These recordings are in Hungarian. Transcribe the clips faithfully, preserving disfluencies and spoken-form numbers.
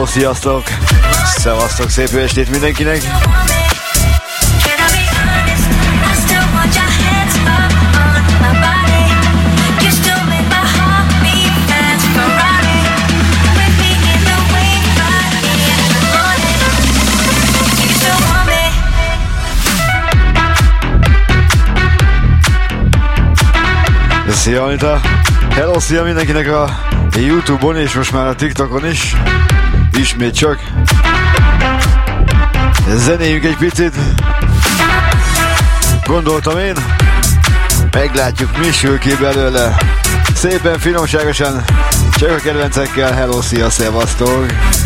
sziasztok! Szevasztok, szép jó estét mindenkinek! Szia Anita! Hello, szia mindenkinek a YouTube-on és most már a TikTokon is. Ismét csak zenéljünk egy picit. Gondoltam én, meglátjuk mi sül ki belőle. Szépen, finomságosan, csak a kedvencekkel. Hello, szia, szevasztok!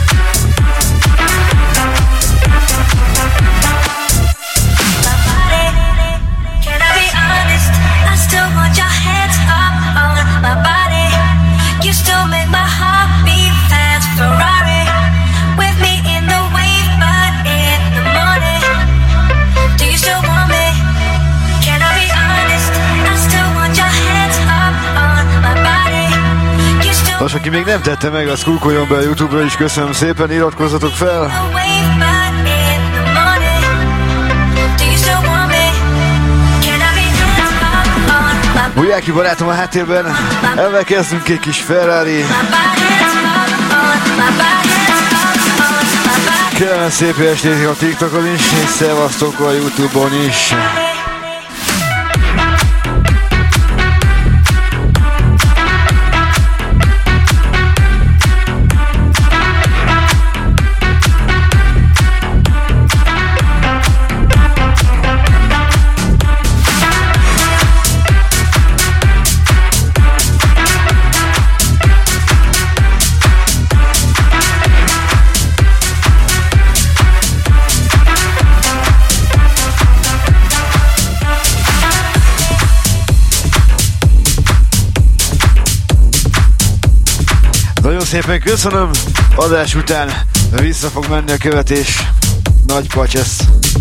Most, aki még nem tette meg, az kulkoljon be a YouTube-ra is, köszönöm szépen, iratkozzatok fel! Bujáki barátom a háttérben, ezzel kezdünk egy kis Ferrari. Kérem szép estét a TikTokon is, és szevasztok a YouTube-on is. Szépen köszönöm, adás után vissza fog menni a követés. Nagy pacsesz!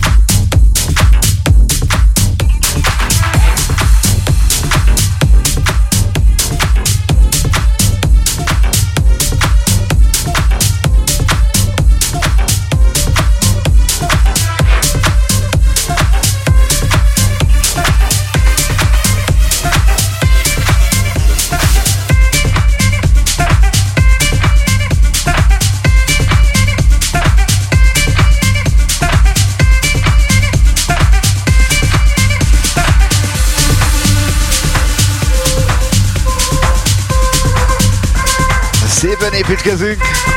Szépen építkezünk.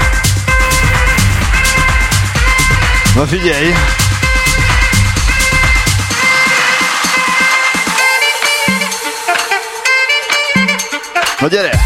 Na figyelj! Na gyere!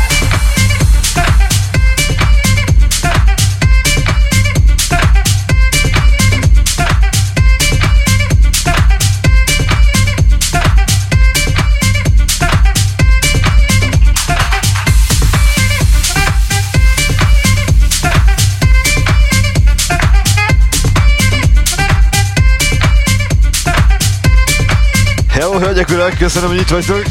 Hello, hölgyek, urak, köszönöm, hogy itt vagytok.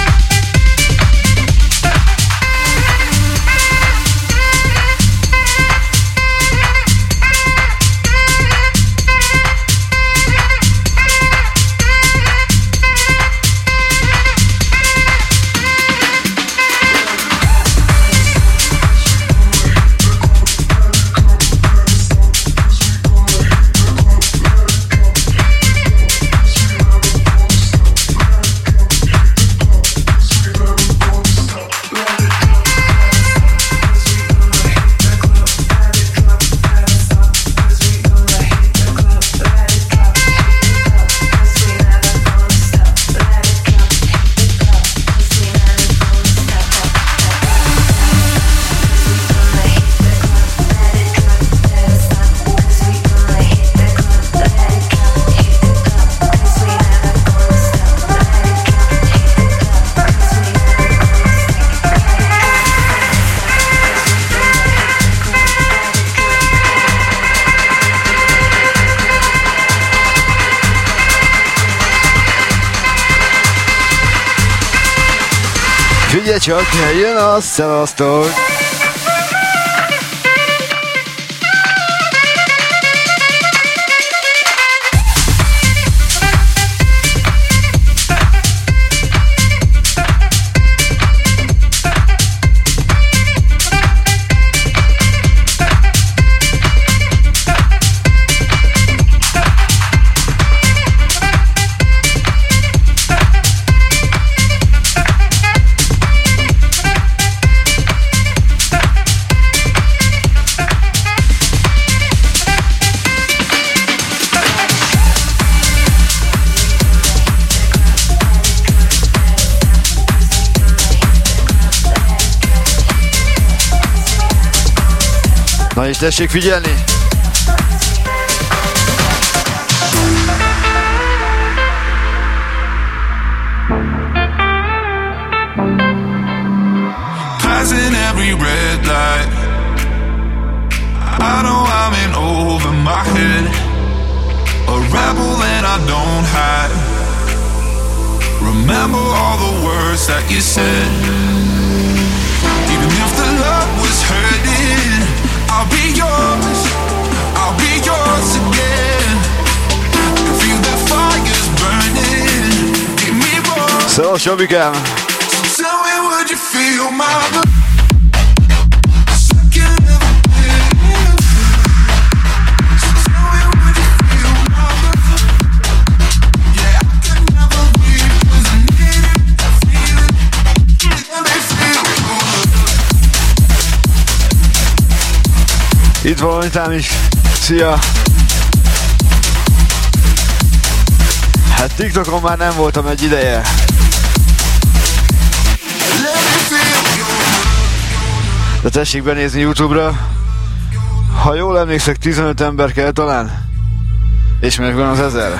Figyelj csak, jön a szevasztok! Na és tessék figyelni! Passing every red light, I know I'm in over my head, a rebel and I don't hide. Remember all the words that you said. Even if the love was hurting, I'll be yours, I'll be yours again. I feel the fire's burning, give me more. So, Shobikám. So tell me, would you feel my love? Itt van anyám is. Szia! Hát TikTokon már nem voltam egy ideje. De tessék benézni YouTube-ra. Ha jól emlékszek, tizenöt ember kell talán. És megvan az ezer.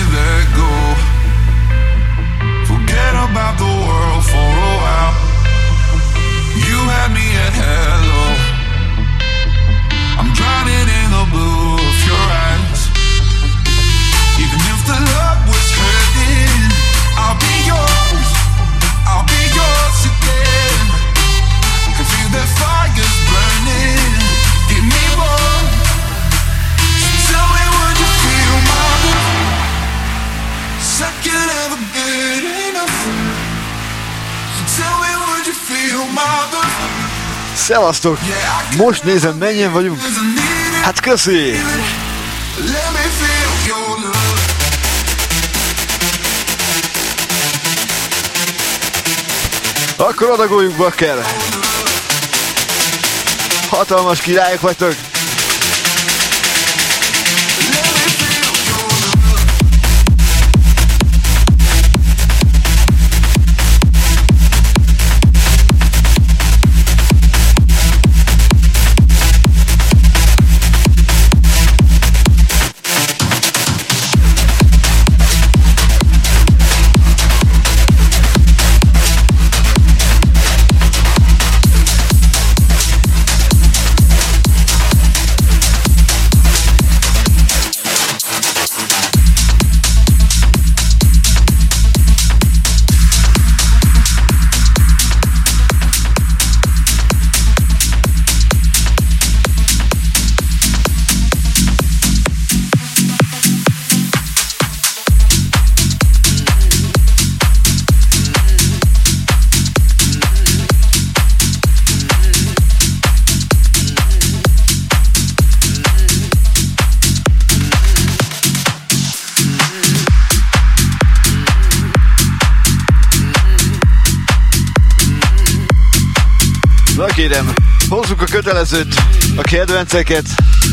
I'm drowning in the blue of your eyes. Even if the love was hurting, I'll be yours, I'll be yours again. I can feel that fire's burning, give me more. So tell me, would you feel my love? Second ever good enough. So tell me, would you feel my love? Szevasztok! Most nézem, mennyien vagyunk? Hát köszi! Akkor adagoljuk, bakker! Hatalmas királyok vagytok! Kérem, hozzuk a kötelezőt, a kedvenceket.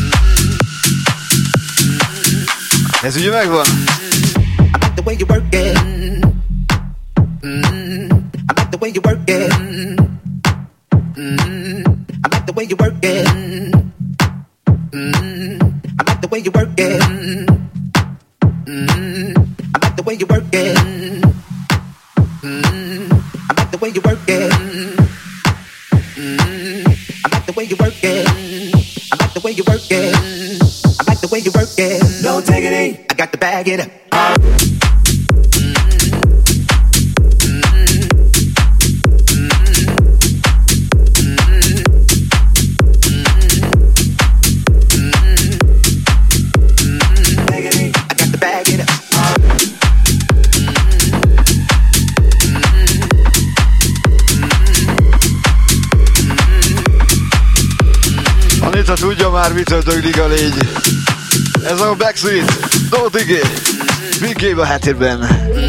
Ez ugye megvan? I like the way you work it. Mm, I like the way you work it. Mm, I like the way you work it. Mm, I like the way you work it. Mm, I like the way you work it. Mm, I like the way you work it. I like the way you work it. I like the way you work it. I like the way you work it. No diggity, I got to bag it up. Anita tudja már, mitől döglik a légy. Ez a Backstreet, No Diggy, Vicky a háttérben.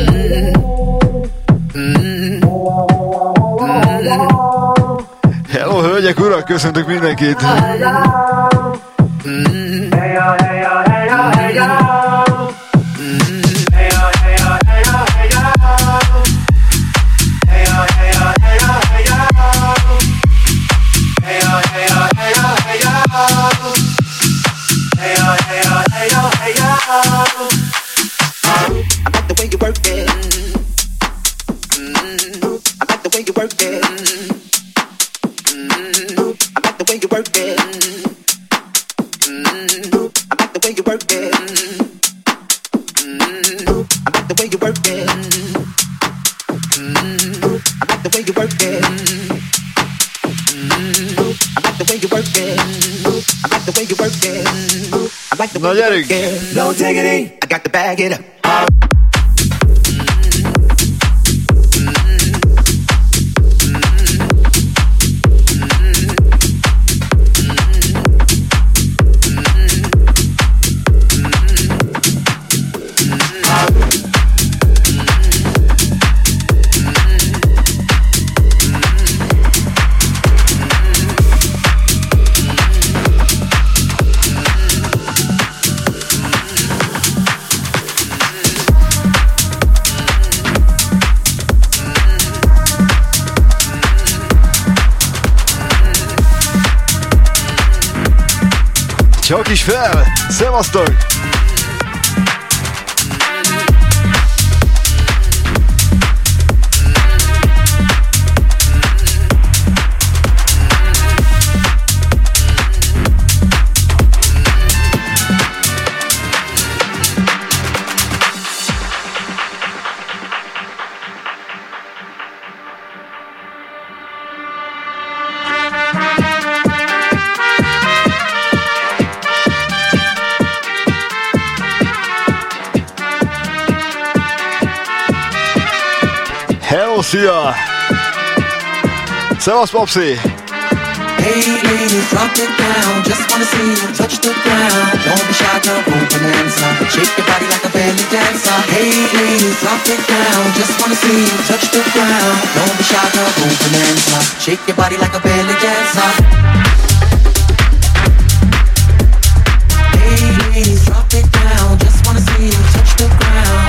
Hello, hölgyek, urak, köszöntök mindenkit. Oh Na gyerünk! No diggity, I got to bag it up. Csak is fel! Szevasztok! Szia! Szevasz, Popsi! Hey ladies, drop it down. Just wanna see you touch the ground. Don't be shy, girl, go bonanza. Shake your body like a belly dancer. Hey ladies, drop it down. Just wanna see you touch the ground. Don't be shy, girl, go bonanza. Shake your body like a belly dancer. Hey ladies, drop it down. Just wanna see you touch the ground.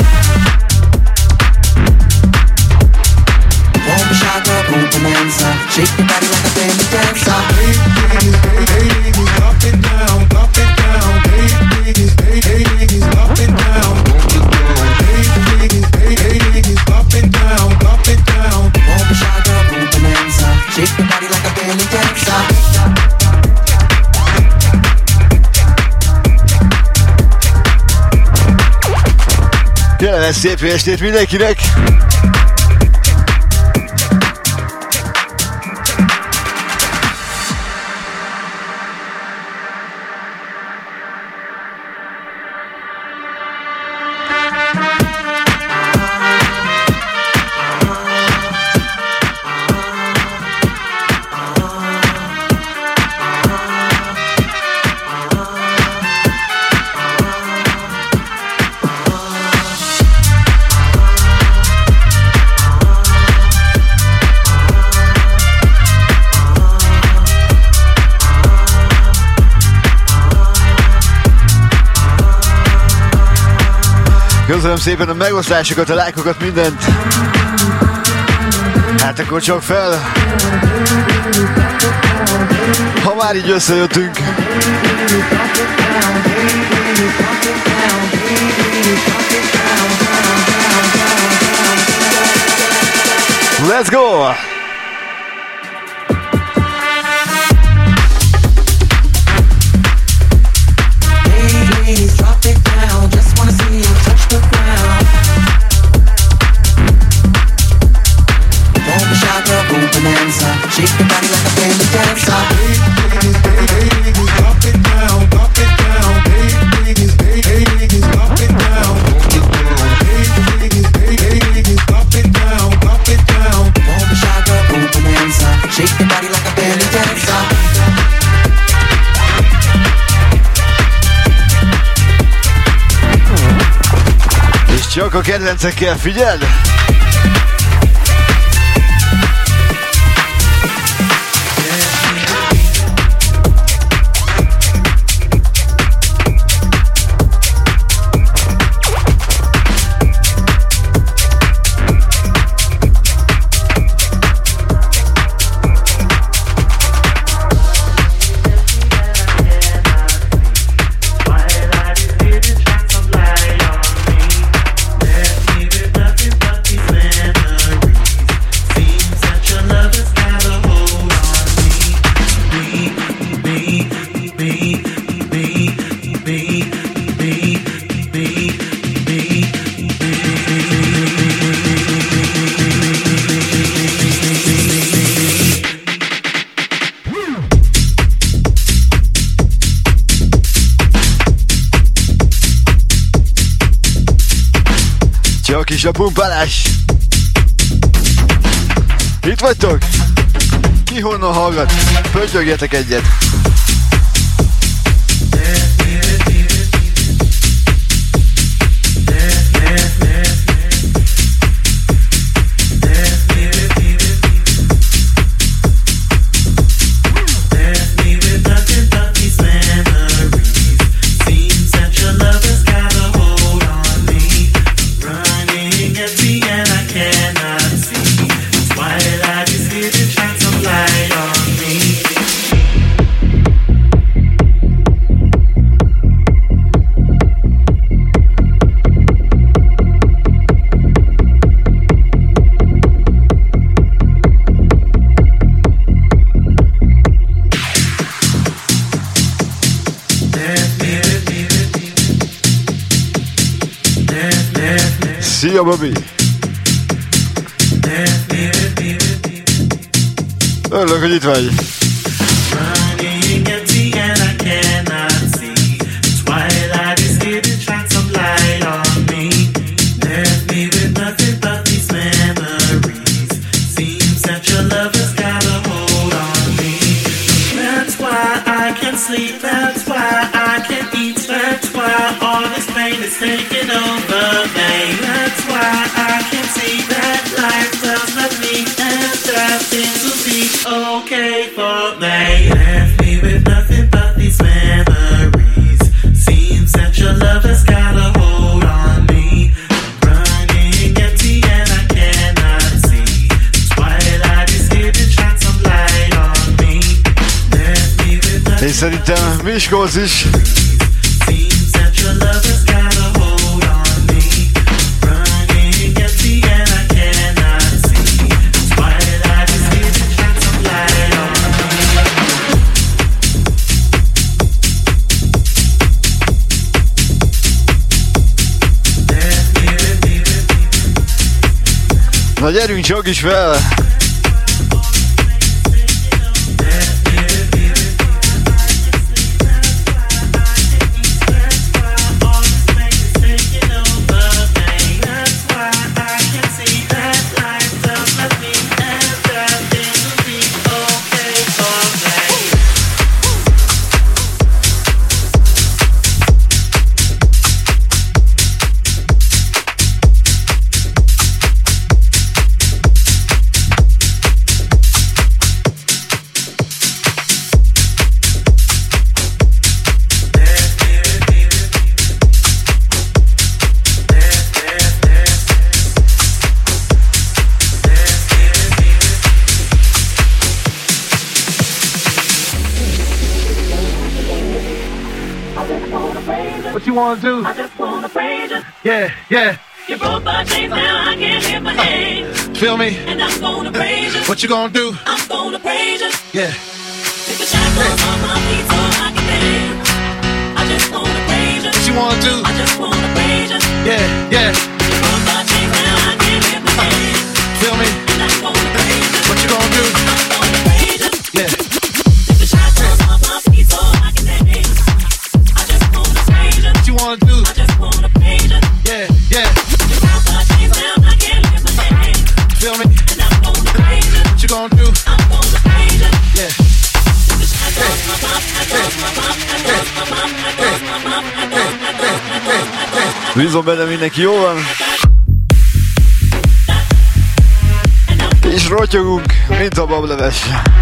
Don't be shy, girl, go bonanza. Shake your body like a belly dancer. Hey ladies, hey ladies, drop it down, drop it down. Hey ladies, hey ladies, drop it down, drop it down. Hey ladies, hey ladies, drop it down, drop it down. Don't be shy, girl, go bonanza. Shake your body like a belly dancer. Kellemes szép estét mindenkinek! Köszönöm szépen a megosztásokat, a lájkokat, mindent. Hát akkor csak fel. Ha már így összejöttünk. Let's go! Shake your body like a belly dancer. Hey ladies, hey ladies, drop it down, drop it down. Hey ladies, hey ladies, drop it down, drop it down. Hey ladies, hey ladies, drop it down, drop it down. Don't be shy, girl, go bonanza. Shake your body like a belly dancer. És csak a kedvencekkel figyeld! Nothing but these men. Csak is a pumpálás. Itt vagytok? Ki honnan hallgat? Pöttyögjetek egyet. Szia, Bobby! Örülök, hogy itt vagy. Taking over me. That's why I can see that life does love me, and that things will be okay for me. Left me with nothing but these memories. Seems that your love has got a hold on me. I'm running empty and I cannot see. Twilight is here to shine some light on me. Left me with nothing. És szerintem Miskolc is. Seems that your love has got a hold on me. Running empty and I cannot see. Twilight is here to shine some light on me. Na gyerünk csak is fel! What you wanna do? I just wanna praise you. Yeah, yeah. You broke my chains, now I can't hear my name. Feel me? And I'm gonna praise you. What you gonna do? I'm gonna praise you. Yeah. Take the shackles off my feet so I can dance. I just wanna praise you. What you wanna do? I just wanna praise you. Yeah, yeah. You broke my chains, now I can't hear my name. Feel me? And I'm gonna praise you. What you gonna do? I'm gonna praise you. Yeah. Take the shackles off my feet so I can dance. I just wanna praise you. What you wanna do? I just wanna praise you. Yeah, yeah. You broke my chains, now I can't hear my name. Feel me? And I'm gonna praise you. What you gonna do? I'm gonna praise you. Yeah. Bízom benne, mindenki jó van. És rotyogunk, mint a bableves.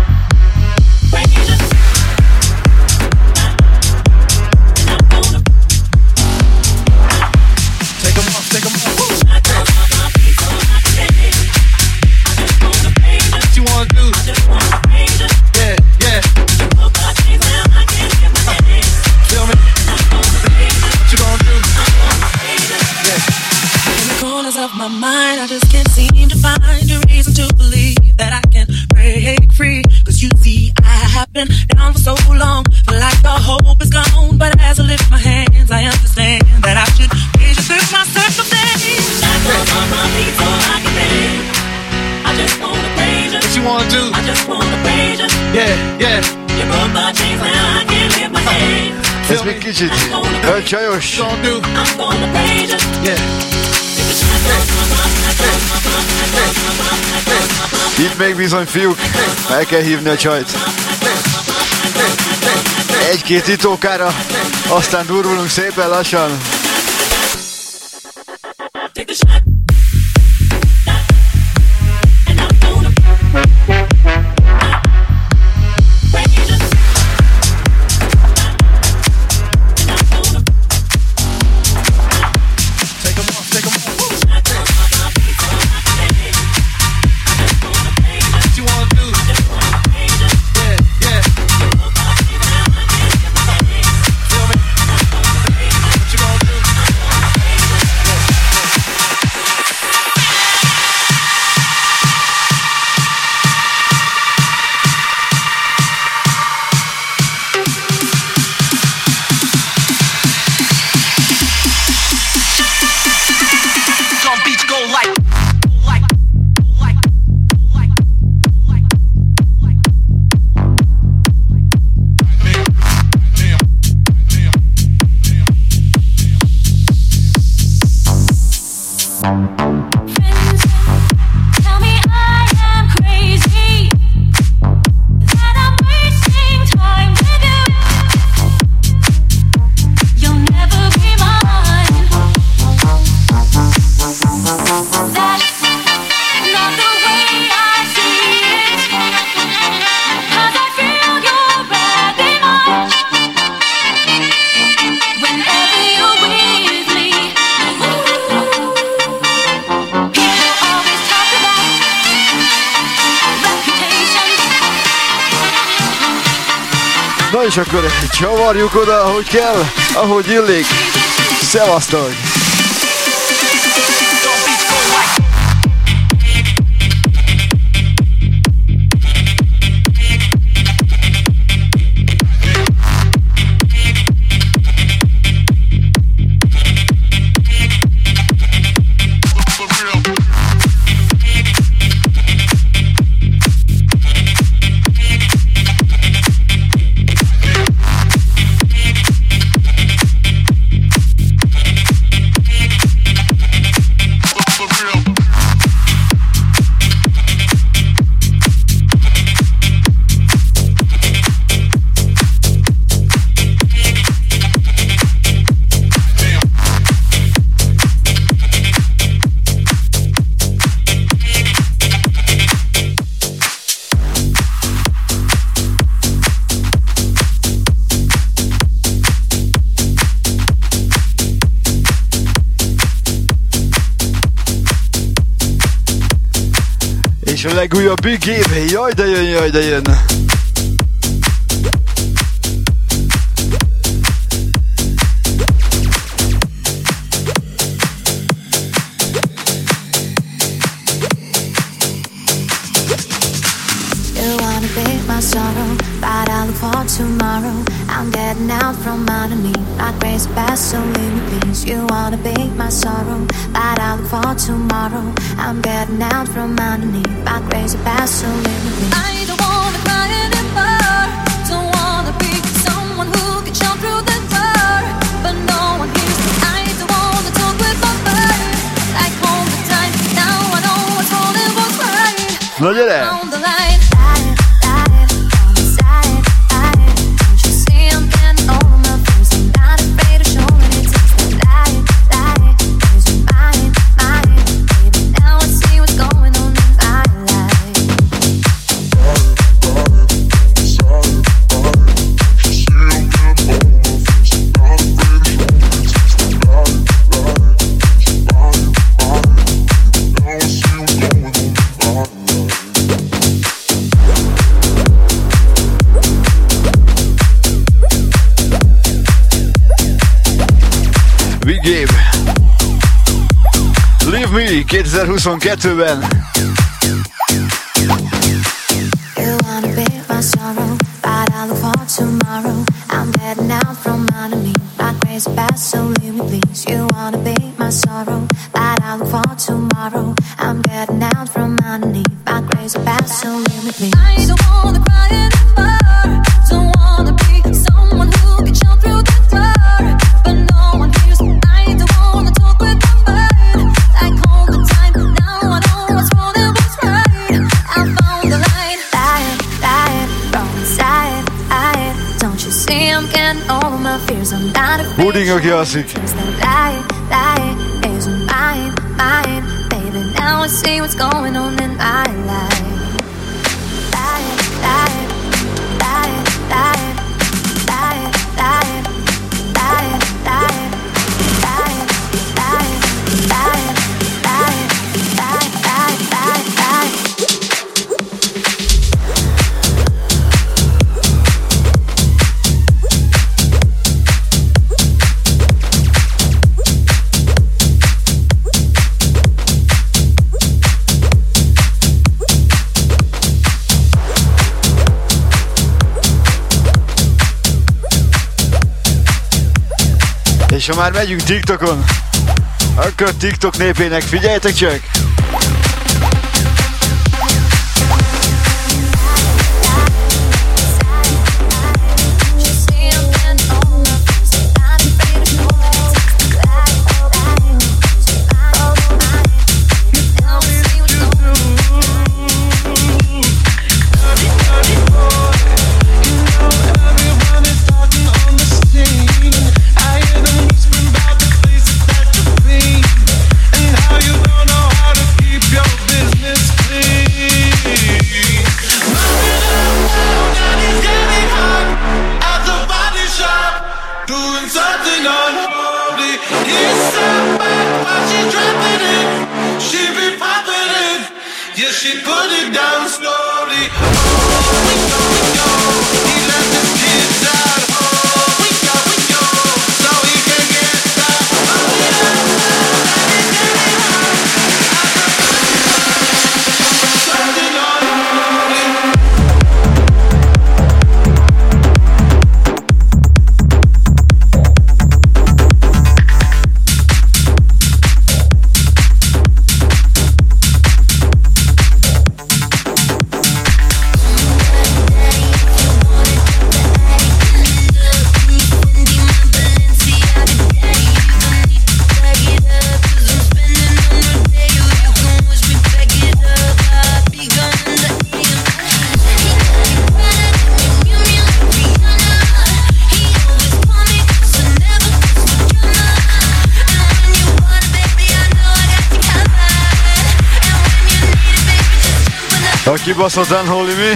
Take 'em off, take 'em off. What you wanna do? Yeah, yeah. Feel me? What you gonna do? Yeah. In the corners of my mind, I just can't seem to find a reason to believe that I can break free. Cause you see, I have been down for so long, feel like the hope is gone. But as I lift my hands, I understand that I should raise you through my circumstance. I just wanna praise you. What you wanna do? I just wanna praise you. Yeah, yeah. You broke my chains, now I can't lift my hands. Ez még kicsit elcsajos. What you gonna do? I'm gonna praise you. Yeah. Take the shackles Itt még bizony fiúk, meg kell hívni a csajt. Egy-két itókára, aztán durvulunk szépen lassan. És akkor csavarjuk oda, ahogy kell, ahogy illik. Szevasztok! És a legújabb Big Game, jaj de jön, jaj de jön. Sorrow, but I look for tomorrow. I'm getting out from underneath my crazy past, so leave me please. You wanna be my sorrow, but I look for tomorrow. I'm getting out from underneath my crazy past, so leave me please. I don't wanna cry anymore. Don't wanna be someone who can jump through the door, but no one hears me. I don't wanna talk with my bird like all the time. Now I know what's wrong and what's right. Look at that. On the line. kétezer-huszonkettőben. You wanna be my sorrow, but I look for tomorrow. I'm getting out from underneath my crazy past, so leave me please. You wanna be my sorrow, but I look for tomorrow. I'm getting out from underneath my crazy past, so leave me please. I don't wanna cry anymore. Don't wanna be someone who can jump through the door, but no one hears me. I don't wanna talk with my bird like all the time. Now I know what's wrong and what's right. I'm Pudding, aki alszik. Now I see what's going on in my life. Lying, lying, lying, lying, lying, lying, lying, lying, lying, lying, lying, lying, lying, lying, lying, lying. És ha már megyünk TikTokon, akkor TikTok népének figyeljetek csak! Kibaszott Unholy Me.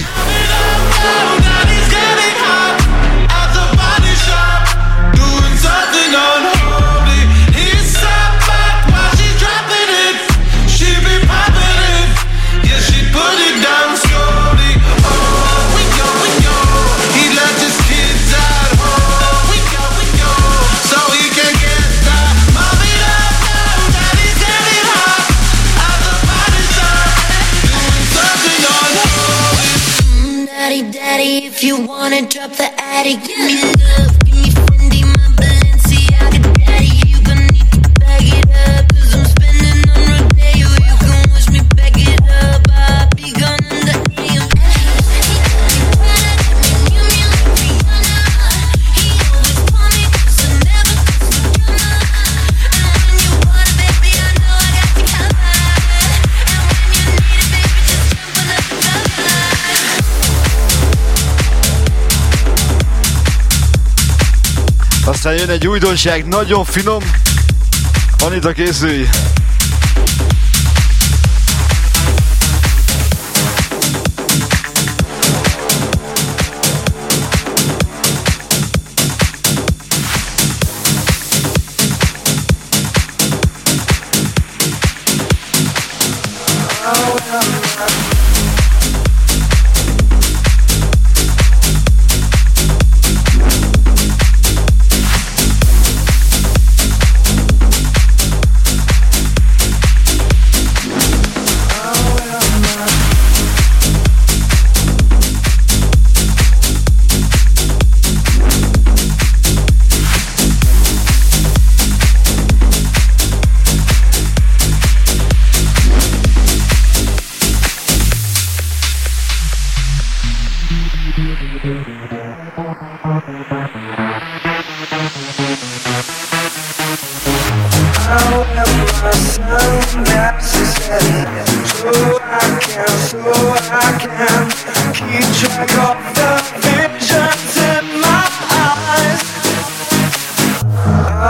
If you wanna drop the attic, give me love, give me Fendi, my Balenciaga daddy. You gon' need to bag it up, cause I'm spending on Rodeo. You can watch me back it up, I'll be gone in the A M. Give me like Rihanna. He always call me cause I never miss a drama. And when you want it, baby, I know I got you covered. And when you need it, baby, just jump on the cover. Aztán jön egy újdonság, nagyon finom. Anita, készülj!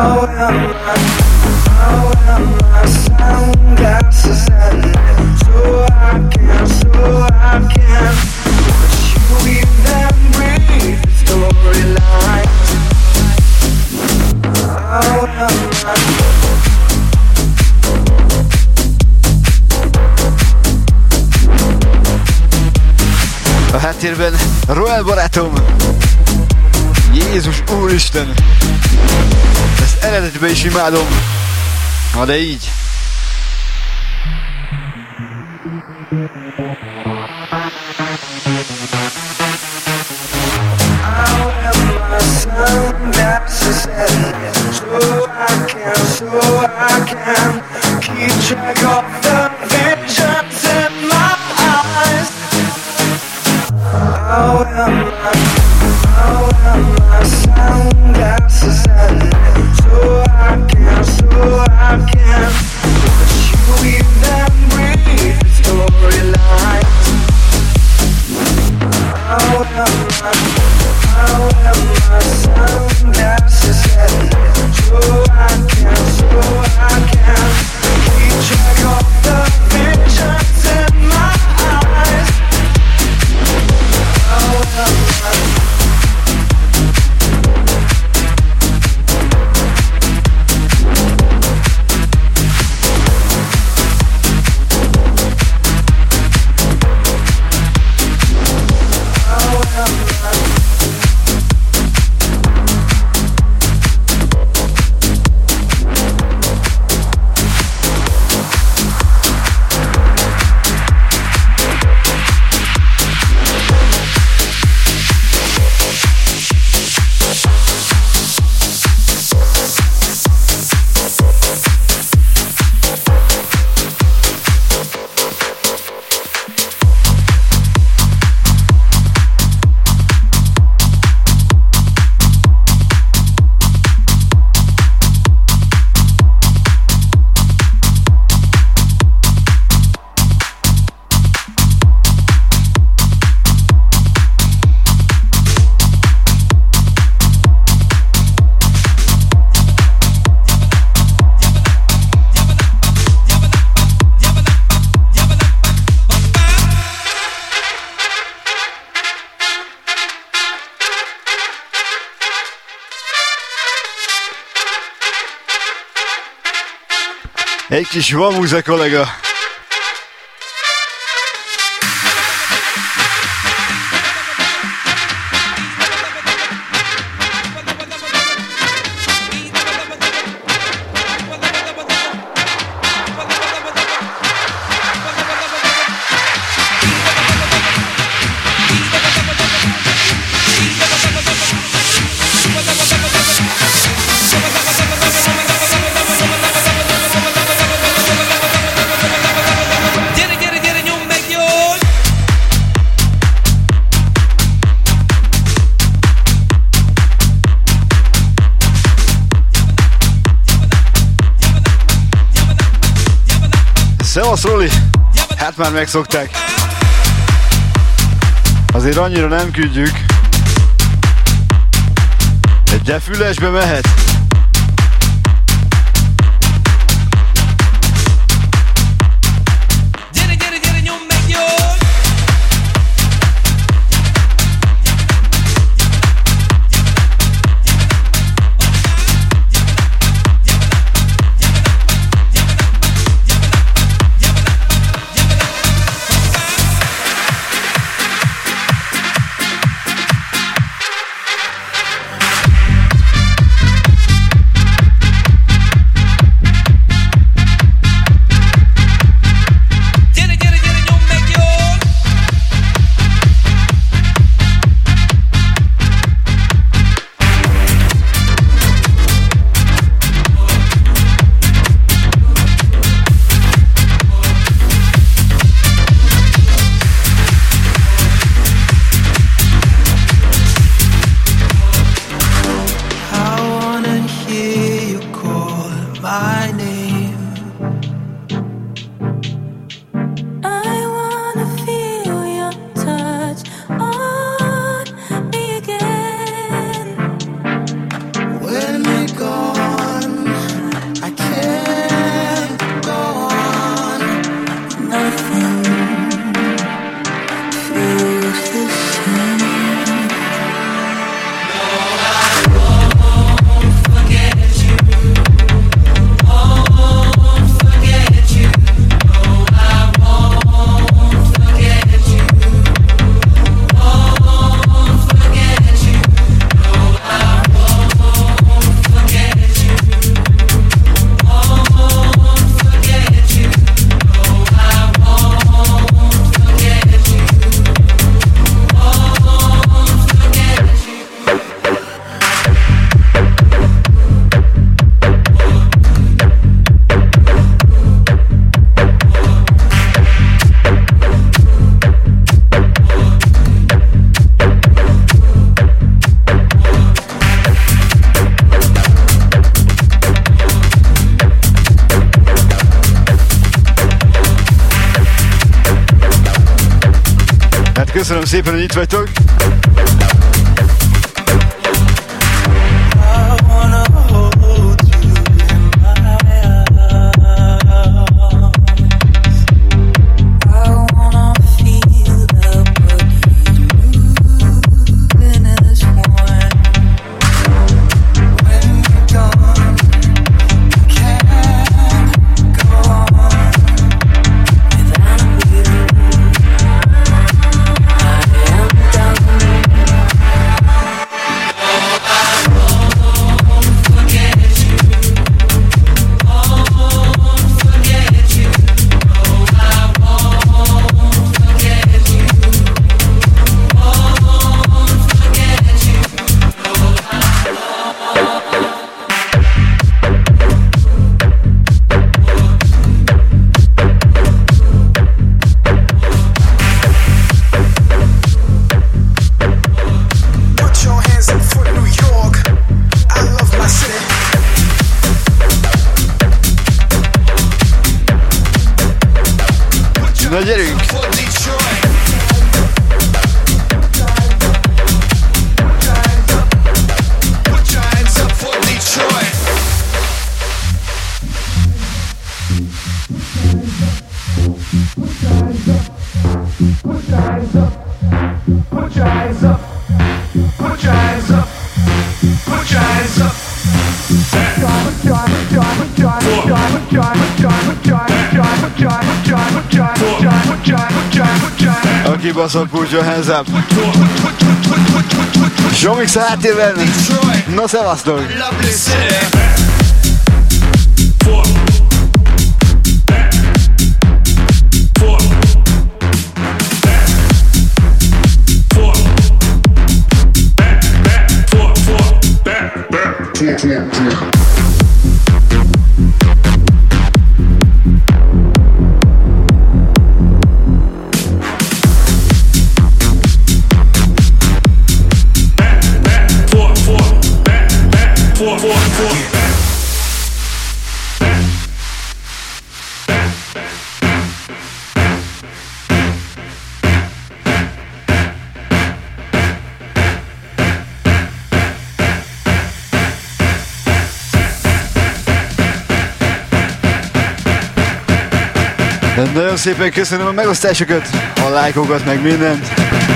A háttérben Roel barátom! Jézus Úristen! Ezt eredetiben is imádom! Na de így! Egy kis vamúze kollega. Szevasz, Roli! Hát már megszokták. Azért annyira nem küldjük. De fülesbe mehet. köszönöm szépen, hogy itt vagytok. Na gyerünk! Aki baszott, put your hands up! Zsomix a háttérben! Na szevasztok! Nagyon szépen köszönöm a megosztásokat, a lájkokat, meg mindent.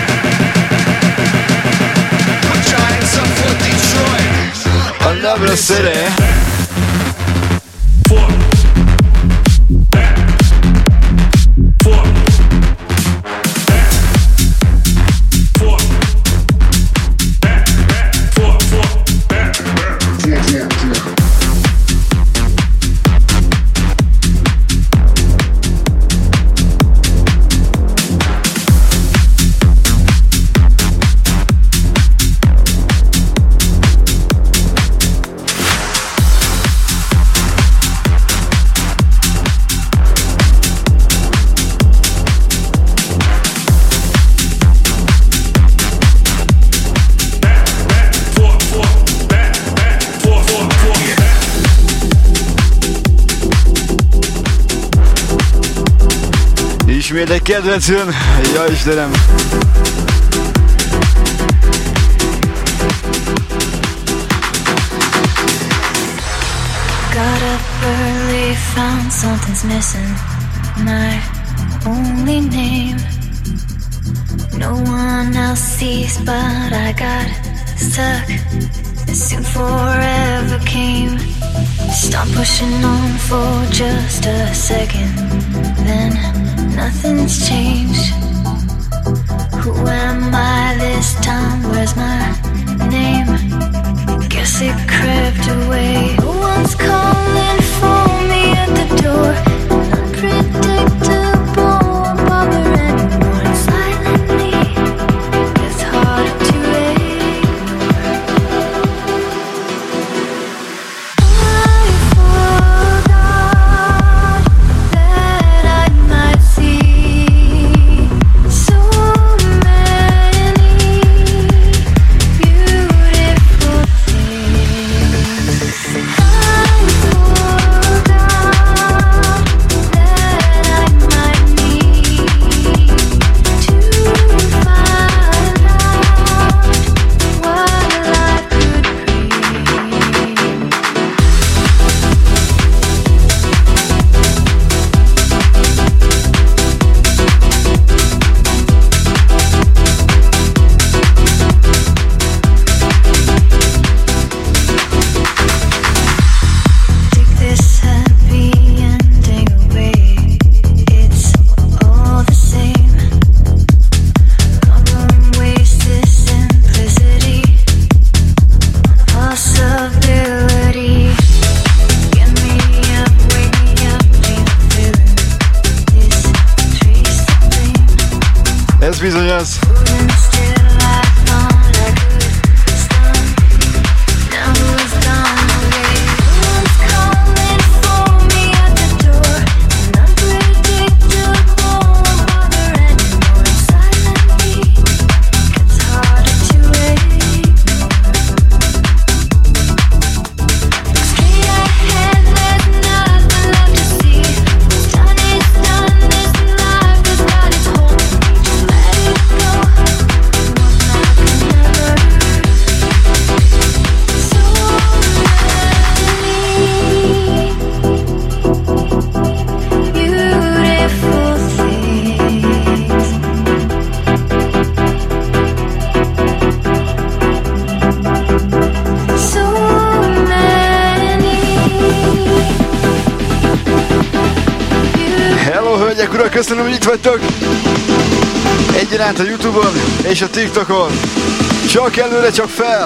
I love the city. Ismét egy kedvenc jön, ja Istenem! Got up early, found something's missing. My only name. No one else sees, but I got stuck. Soon forever came. Stop pushing on for just a second. Then nothing's changed. Who am I this time? Where's my name? Guess it crept away. No one's calling for me at the door. Unpredictable, bother anyone silently. It's hard to ignore. I forgot that I might see so many beautiful things. I forgot. Ez bizony az. Köszönöm, hogy itt vagytok! Egyaránt a YouTube-on és a TikTokon. Csak előre, csak fel!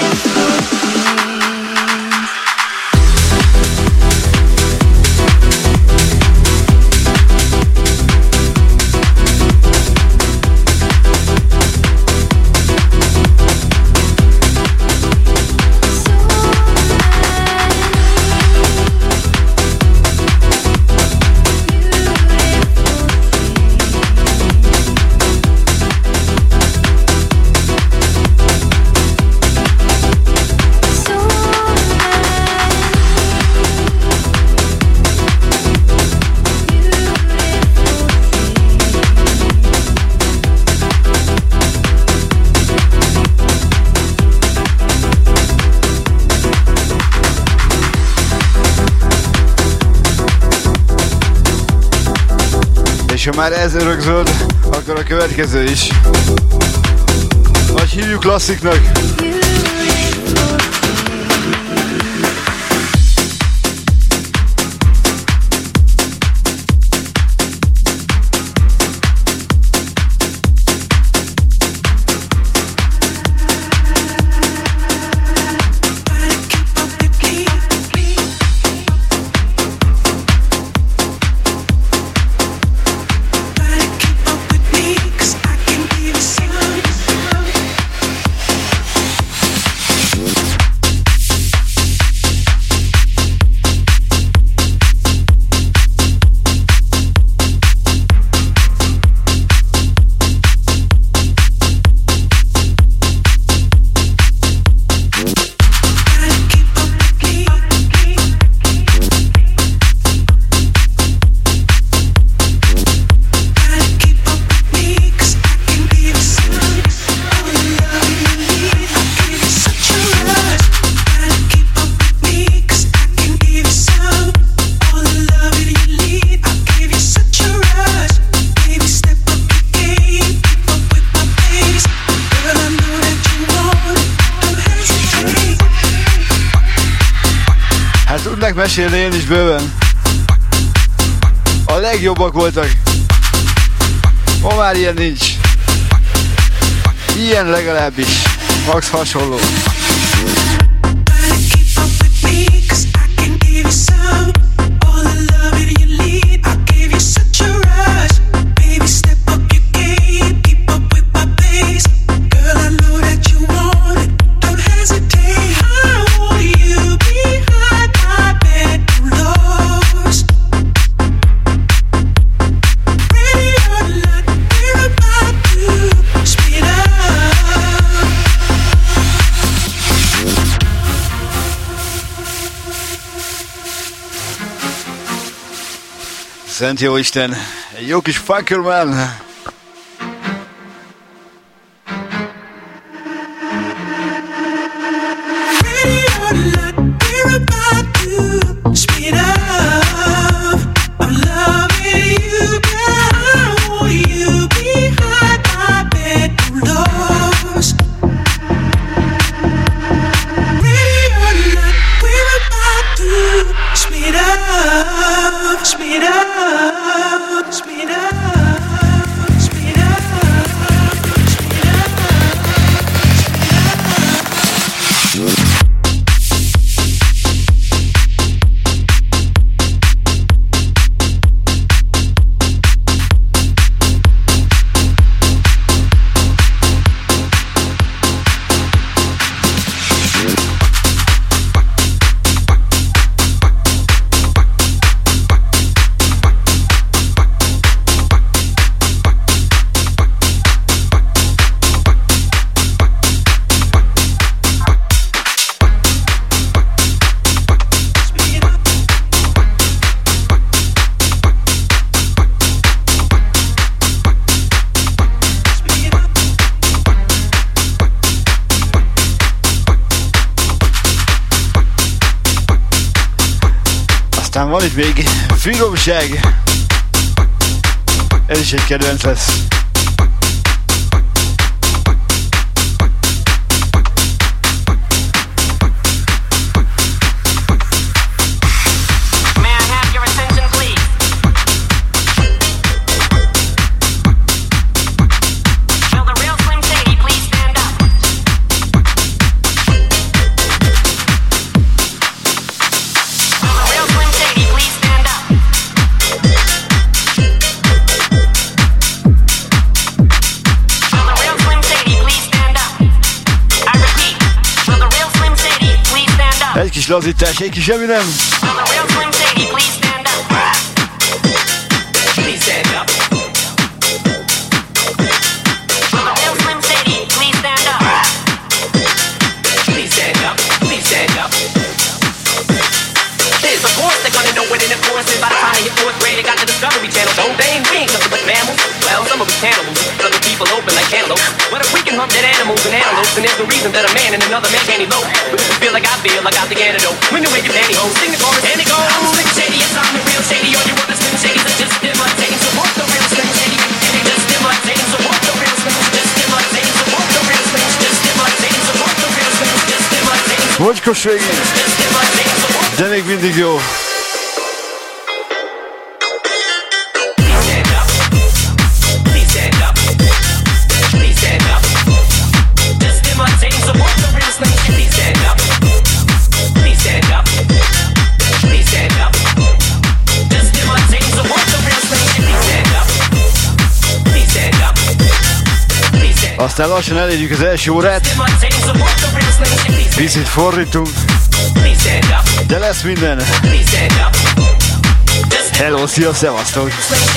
És ha már ez örökzöld, akkor a következő is. Vagy hívjuk klassziknak. Mesélni én is bőven. A legjobbak voltak. Ma már ilyen nincs. Ilyen legalábbis. Max hasonló. Szent jó Isten, egy jó kis Funkerman. Speed up, speed up, speed up. van itt még finomság. Ez is egy kedvenc lesz. Egy kis lazítás, egy kis Eminem. What if we can hump dead animals and antelopes? And there's no reason that a man and another man can't elope. But if you feel like I feel, I got the antidote. When you wear your pantyhose, sing the chorus and it goes. I'm Slim Shady, yes I'm the real Shady. All you other Slim Shadys are just imitating. So walk the real Slim Shady, just imitating. So walk the real Slim, just imitating. So walk the real Slim, just imitating. So walk the real Slim, just imitating. Mocskos végén, de még mindig jó. Aztán lassan elérjük az első órát. Picit fordítunk. De lesz minden. Hello, szia, szevasztok!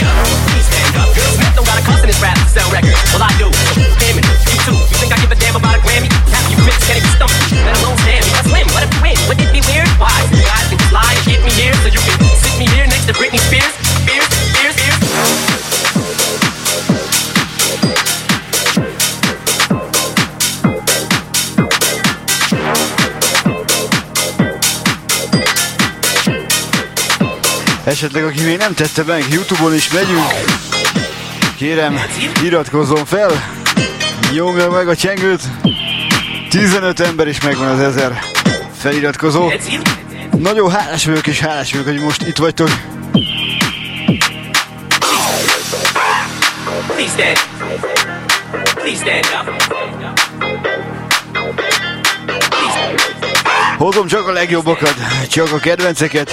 Esetleg aki még nem tette meg, YouTube-on is megyünk. Kérem, iratkozzon fel, nyomja meg a csengőt. tizenöt ember is megvan az ezer feliratkozó. Nagyon hálás vagyok és hálás vagyok, hogy most itt vagytok. Hozom csak a legjobbakat, csak a kedvenceket.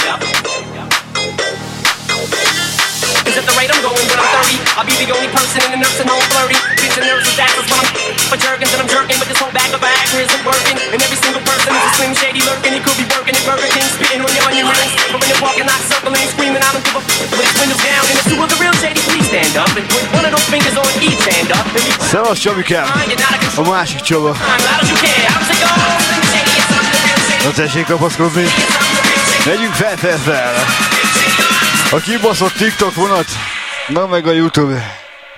Is at the rate I'm going when I'm thirty, I'll be the only person in the nursing home flirty. Kids and nurses, that's what's when I'm for jerkins and I'm jerking, but this whole bag of Viagra isn't working. And every single person is a Slim Shady lurking. He could be working at Burger King, spitting on your onion rings. But when you're walking, not circling, screaming, I don't give a f*** with his windows down. And if two of the real Shady, please stand up and put one of those fingers on each hand up. Szevasz Csabikám, a másik Csaba. Na tessék kapaszkodni. Megyünk fel, fel, fel. A kibaszott TikTok vonat, na meg a YouTube.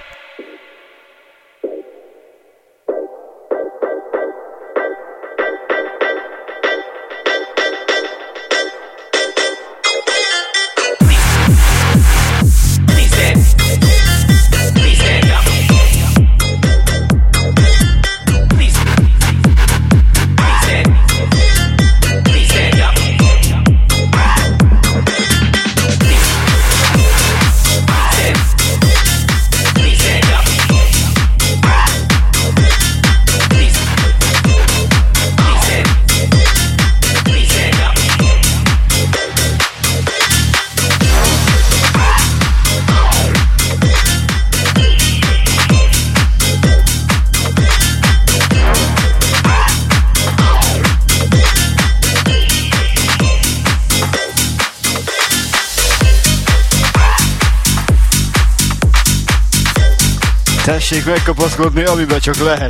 Tessék megkapaszkodni, amiben csak lehet.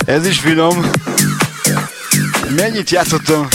Ez is finom. Mennyit játszottam?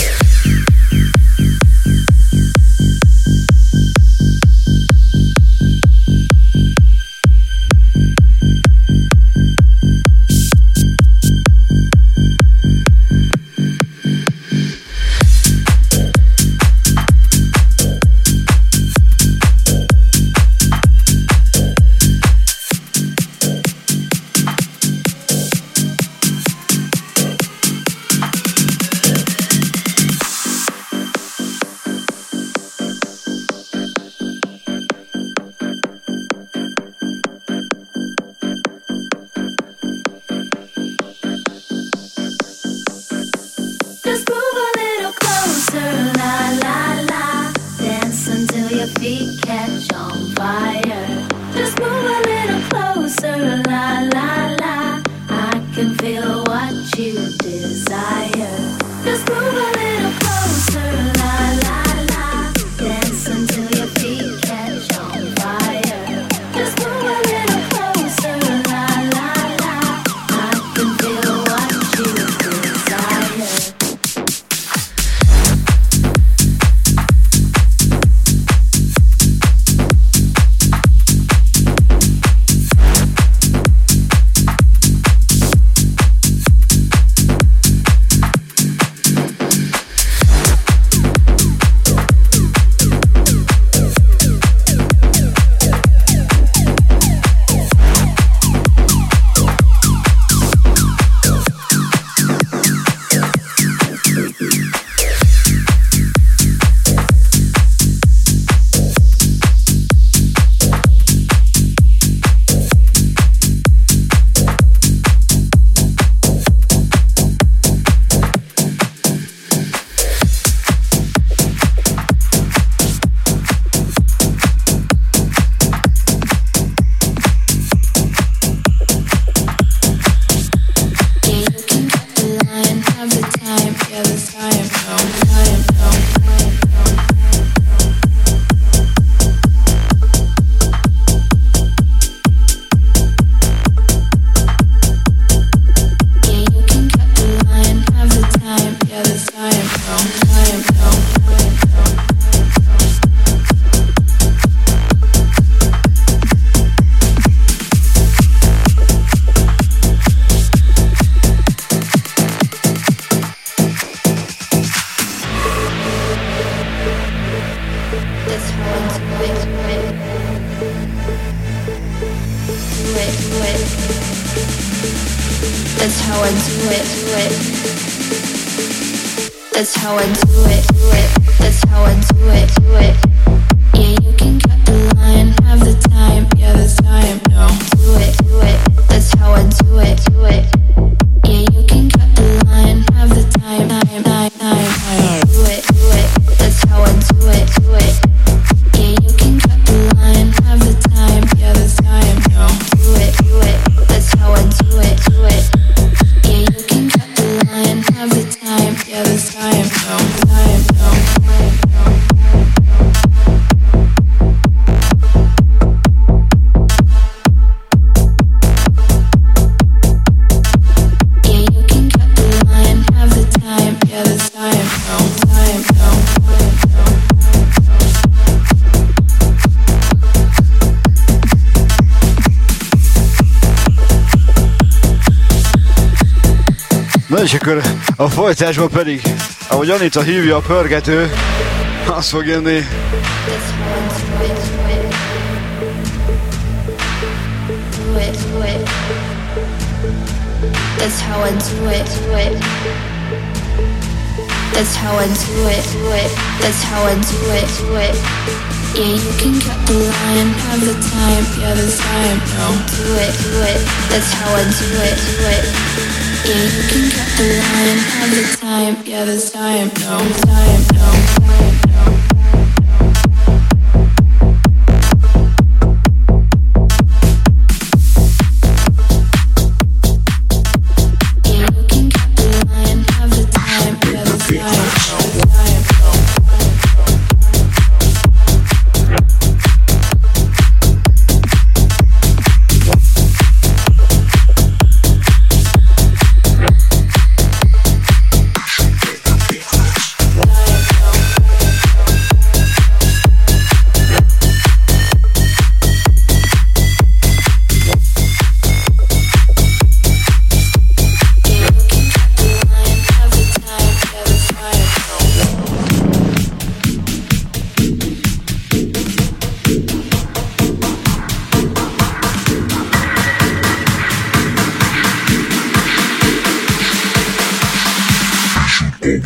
És akkor a folytásban pedig, ahogy Anita hívja a pörgető, az fog jönni. That's how I do it, do it. That's how I do it, do it. That's how I do it, do it. Yeah, you can cut the line, have the time, yeah, the time, no. Do it, do it. That's how I do it, do it. Yeah, you can cut the line, have the time, yeah, the time, no, time, no, time, no.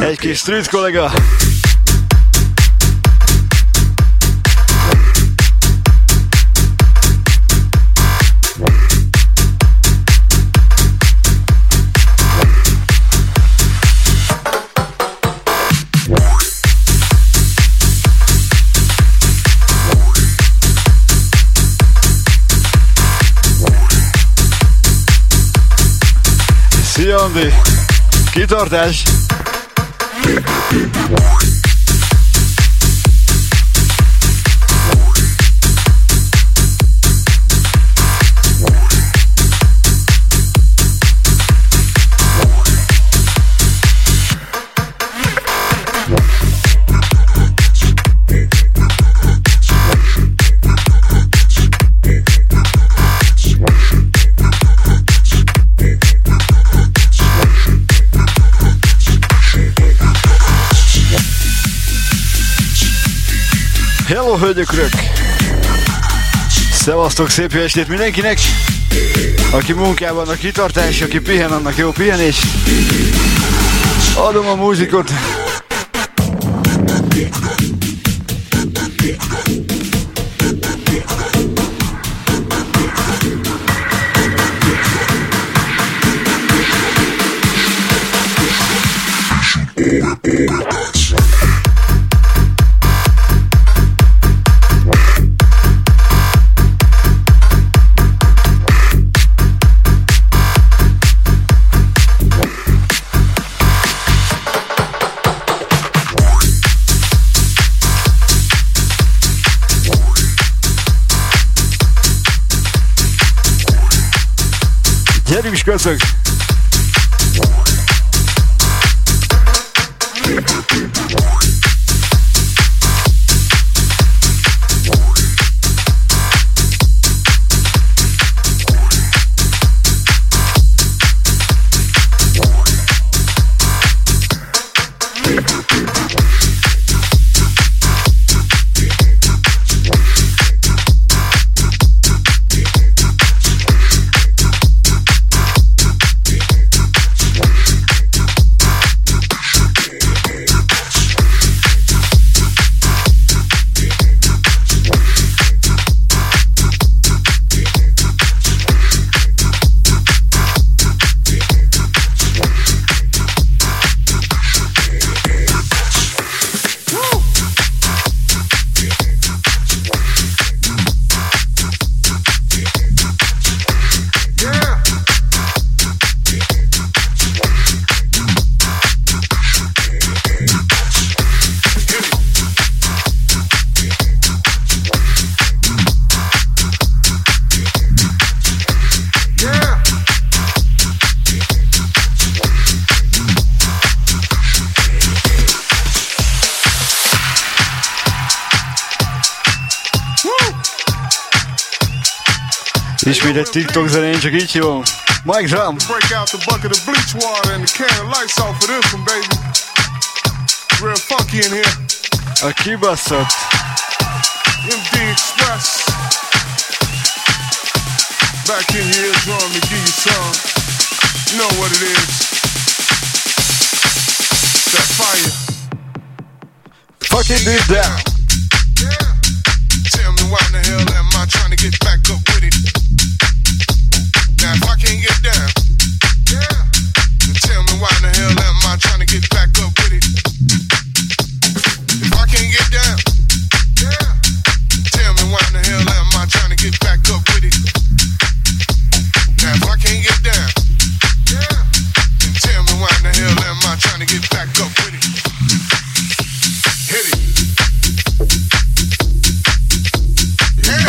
Egy kis street kollega. Szia, Andi! Kitartás! Hello, hölgyök, urök! Szevasztok, szép jó estét mindenkinek! Aki munkában, annak kitartás, aki pihen, annak jó pihenést. Adom a múzikot. Gyerünk is, köszönjük! Ismét egy TikTok zene, én csak így hívom. Mike Drum. Break out the bucket of bleach water and the can of lights off for this one, baby. Real funky in here. A kibaszott. M D Express. Back in your eardrum to give you some. You know what it is. That fire. Fucking did that. Yeah. Tell me why in the hell am I trying to get back up with it? Now if I can't get down, yeah. Then tell me why in the hell am I trying to get back up with it? If I can't get down, yeah. Tell me why in the hell am I trying to get back up with it? Now if I can't get down, yeah. Then tell me why in the hell am I trying to get back up with it? Hit it. Yeah.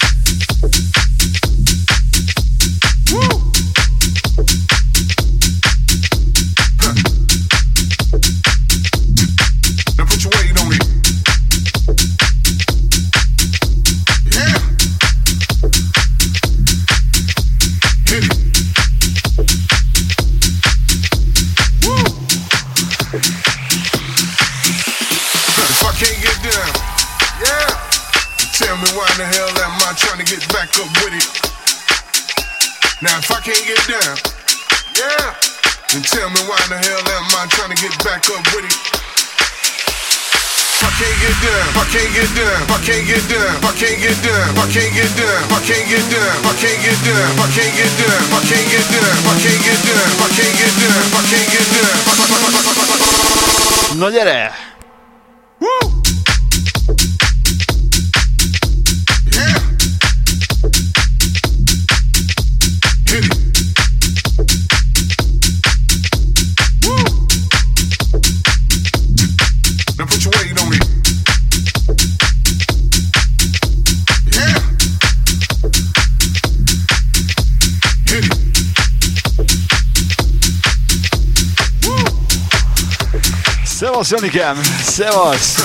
Woo. Huh. Now put your weight on me. Yeah. Hit it. Woo. If I can't get down, yeah. Tell me why in the hell am I trying to get back up with it? Now if I can't get down, yeah. And tell me why in the hell am I trying to get back up with it? I can't get down, I can't get down, I can't get down, I can't get down, I can't get down, I can't get down, I can't get down, I can't get down, I can't get down, I can't get down, I can't get down, I can't get down. No gyere! Woo! Yeah! Hit it! Woo! Now put your weight on me. Yeah! Hit it! Woo! Szevasz, Janikám! Szevasz!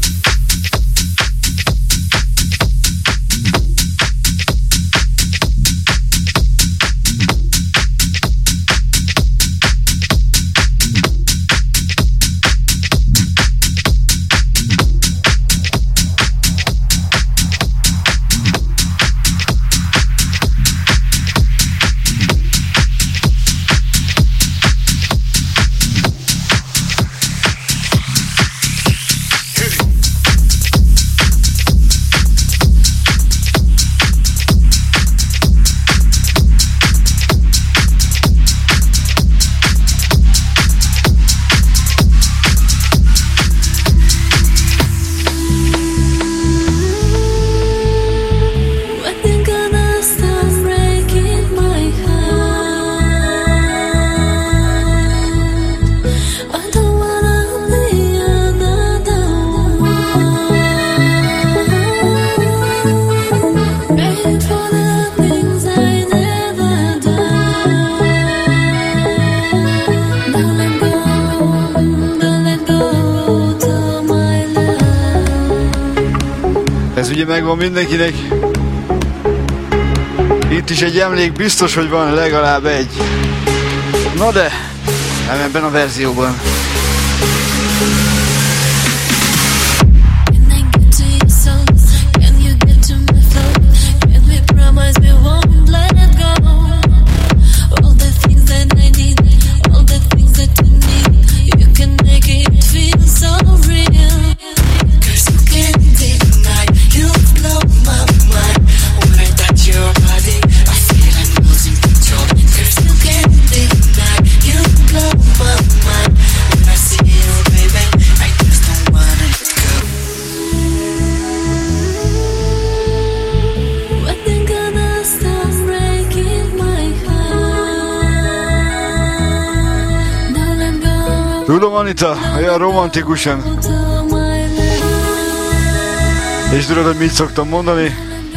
Ugye megvan mindenkinek. Itt is egy emlék, biztos, hogy van legalább egy. Na de, nem ebben a verzióban. Tudom, Anita, olyan romantikusan. És tudod, hogy mit szoktam mondani?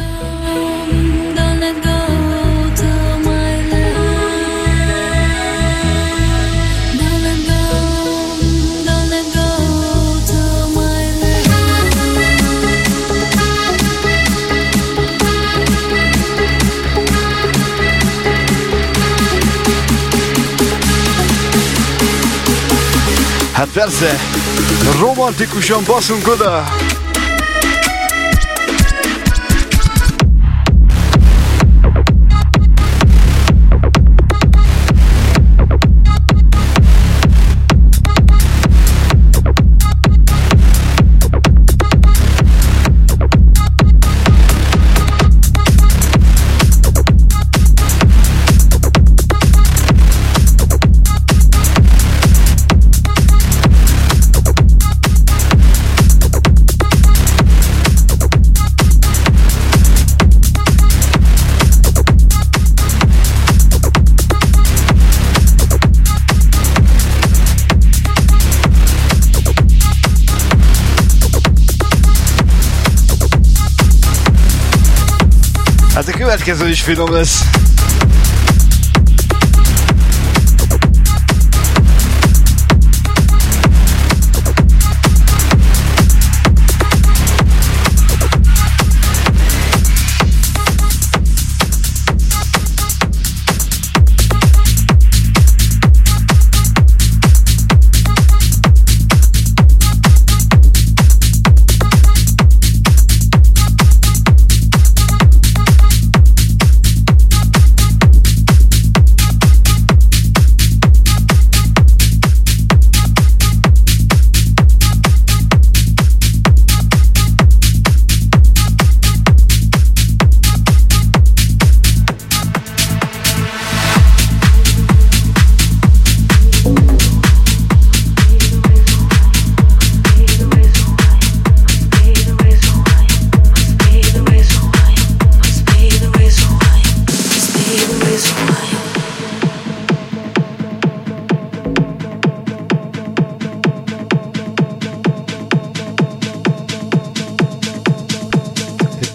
Hát persze, romantikusan baszunk oda! Hát a következő is finom lesz.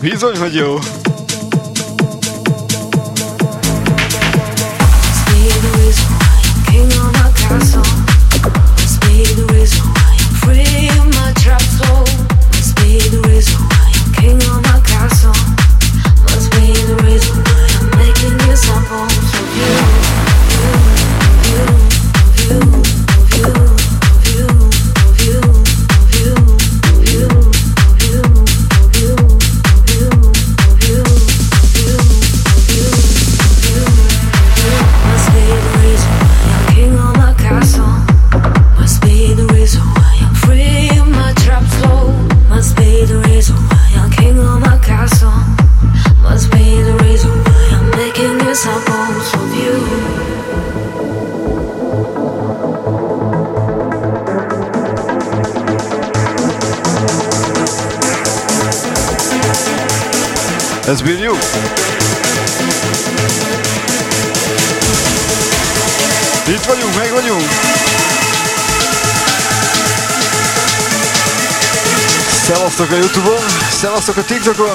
Bizony, hogy jó. Ez bírjuk? Itt vagyunk, meg vagyunk! Szevasztok a YouTube-on, szevasztok a TikTokon!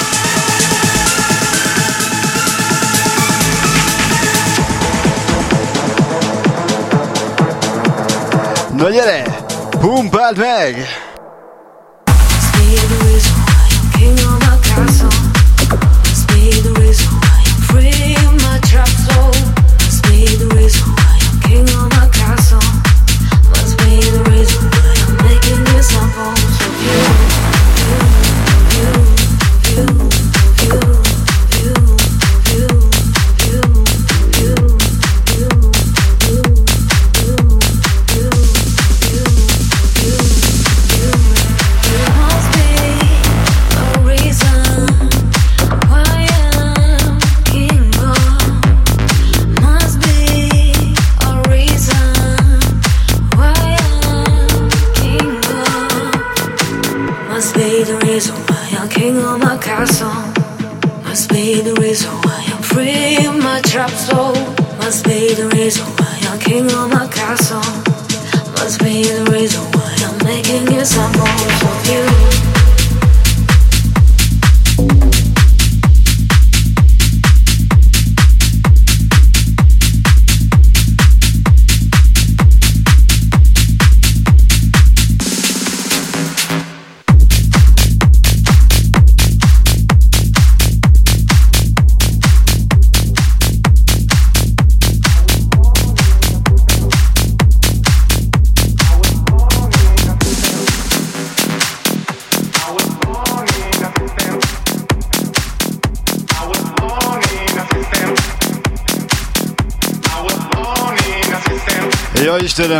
Na gyere! Pumpáld meg! Ja, Istenem!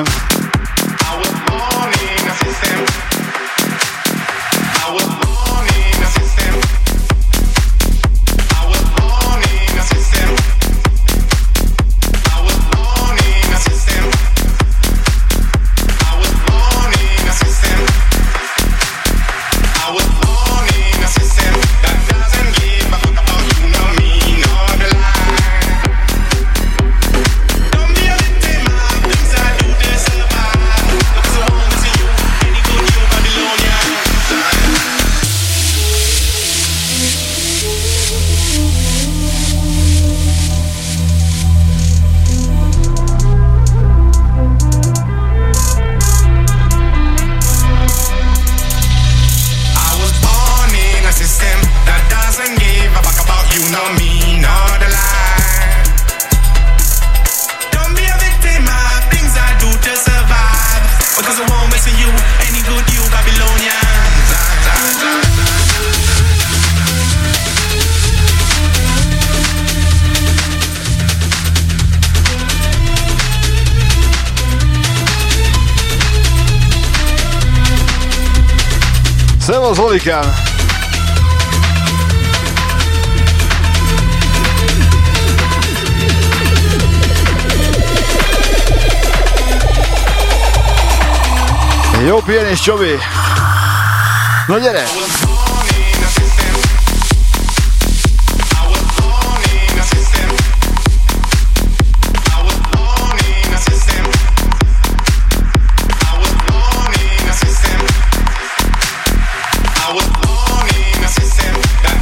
Szevasz, Olikám! Jó pihenés, Csobi! Na gyere! I was born in a system that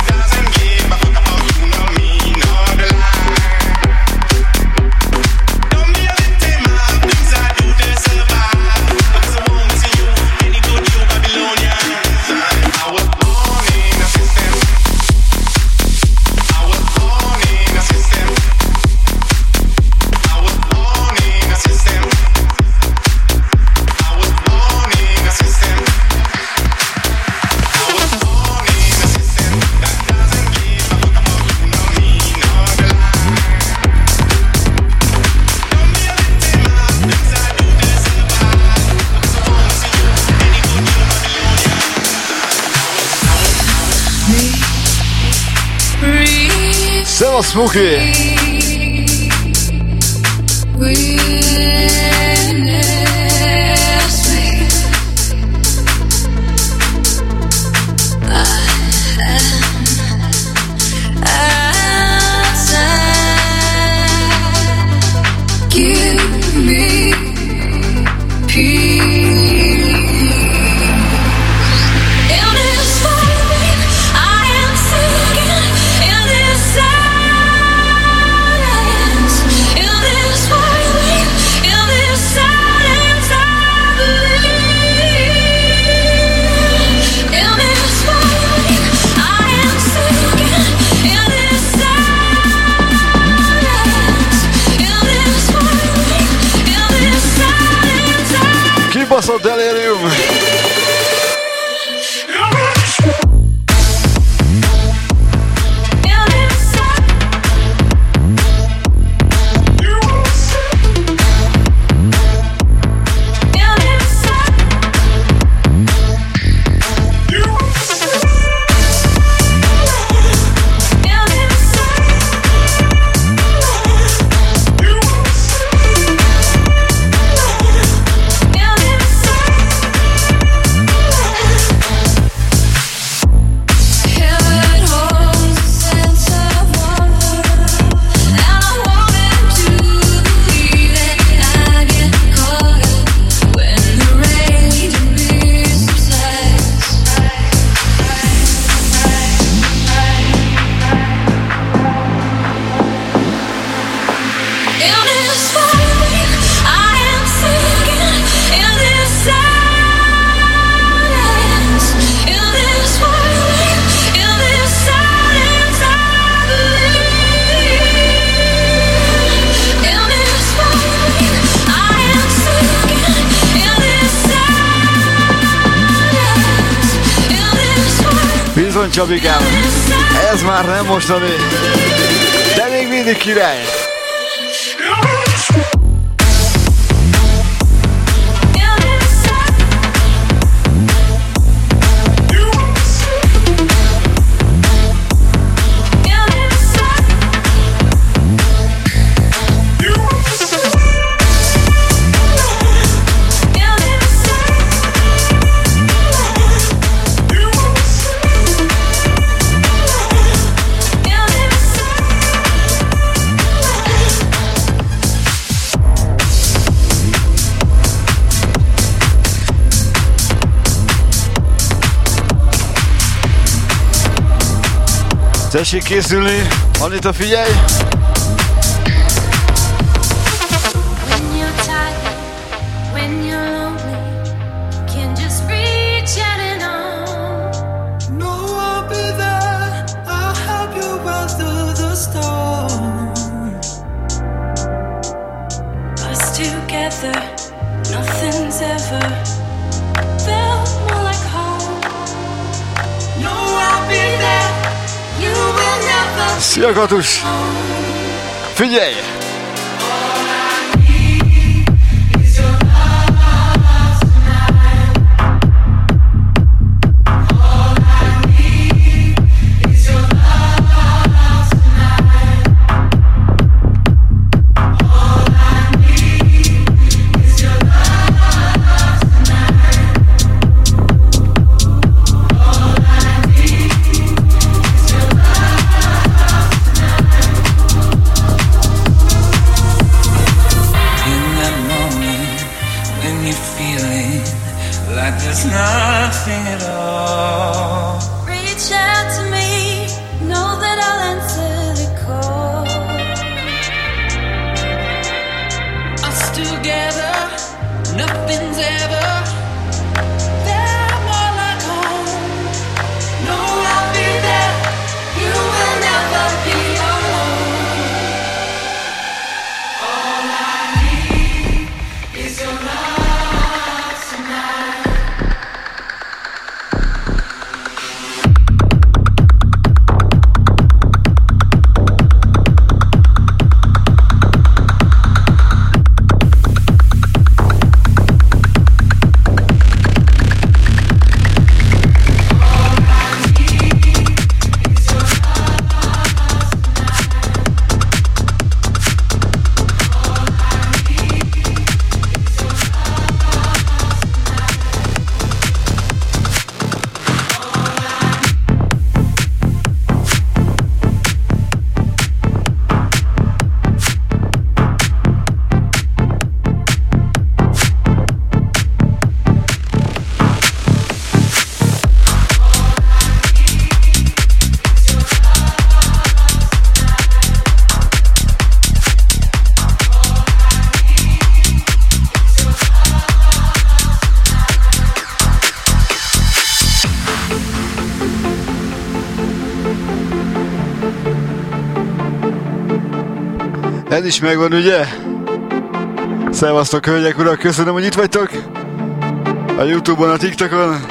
Szevasz, Smoky! Kibaszott delirium! Bizony, Csabikám, ez már nem mostani, de még mindig király! Tessék készülni, Anita, figyelj! Szia, Katus! Figyelj! Ez is megvan, ugye? Szevasztok, hölgyek, urak, köszönöm, hogy itt vagytok. A YouTube-on, a TikTokon.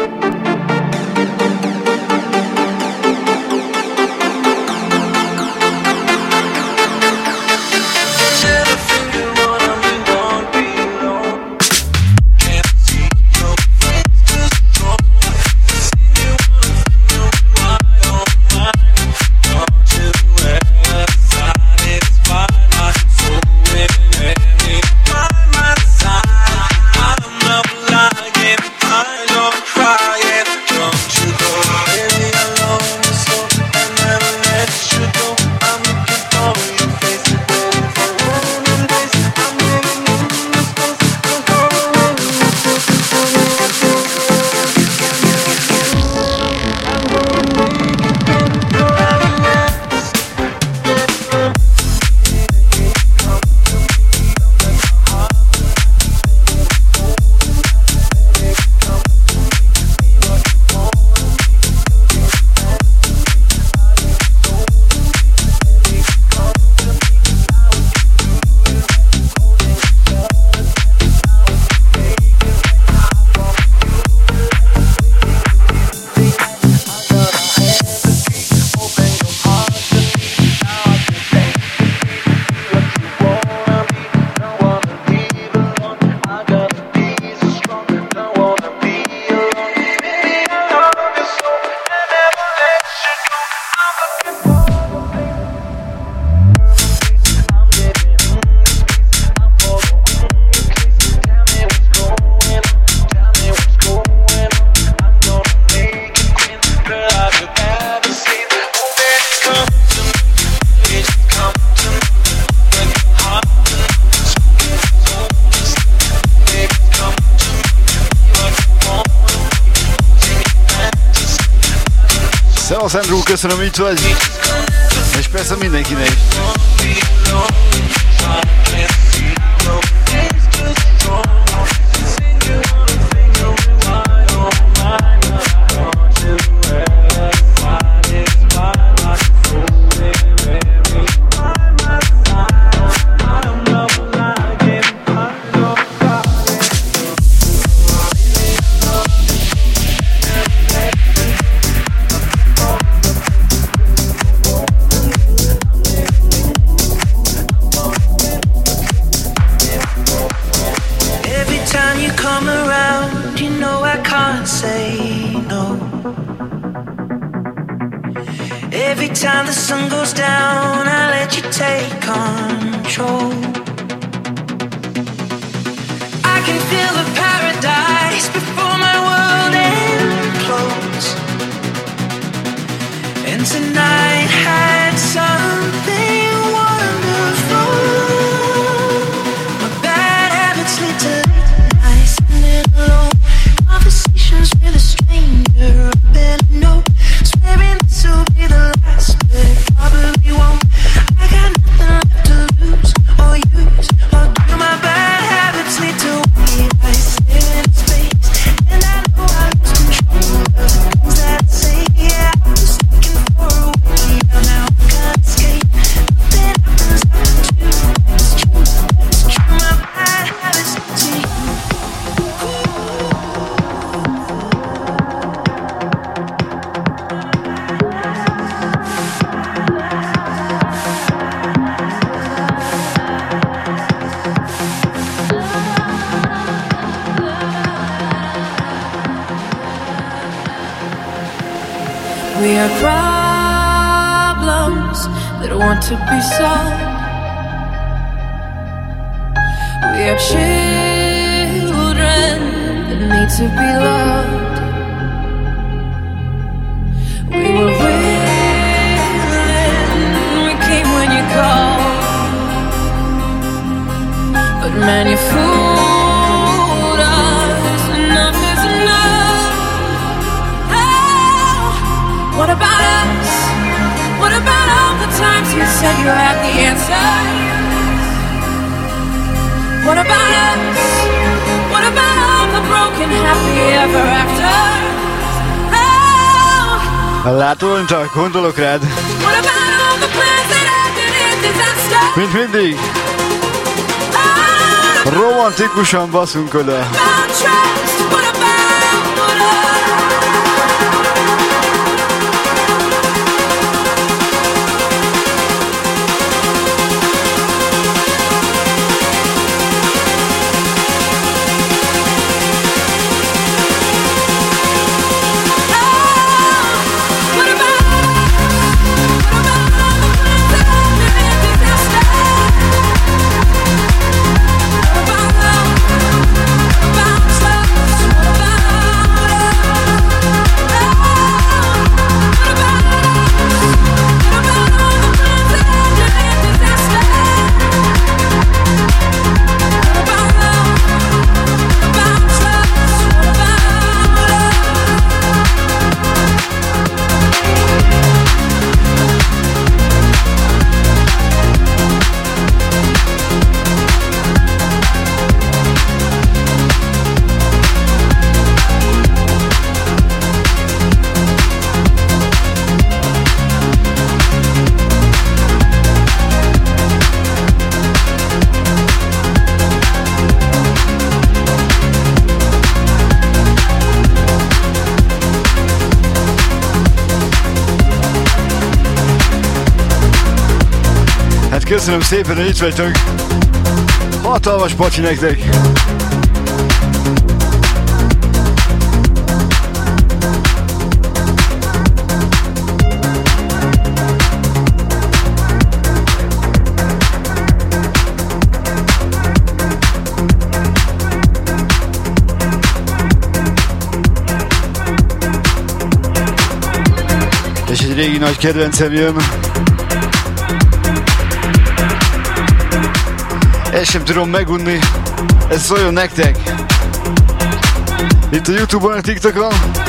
Szevasz Andrew, köszönöm, hogy itt vagy. És persze mindenkinek. We are problems that want to be solved. We are children that need to be loved. We were willing, we came when you called, but man, you fooled us. Enough is enough. Oh, what about us? What about all the times you said you had the answer? What about us? What about all the broken happy ever after? Látod, csak gondolok rád. What about all the plans that ended in Mint mindig, romantikusan baszunk oda. Köszönöm szépen, hogy itt vagytok. Hatalmas pacsi nektek. És egy régi nagy kedvencem jön. Ezt sem tudom megunni, ez szóljon nektek. Itt a YouTube-on, a TikTokon.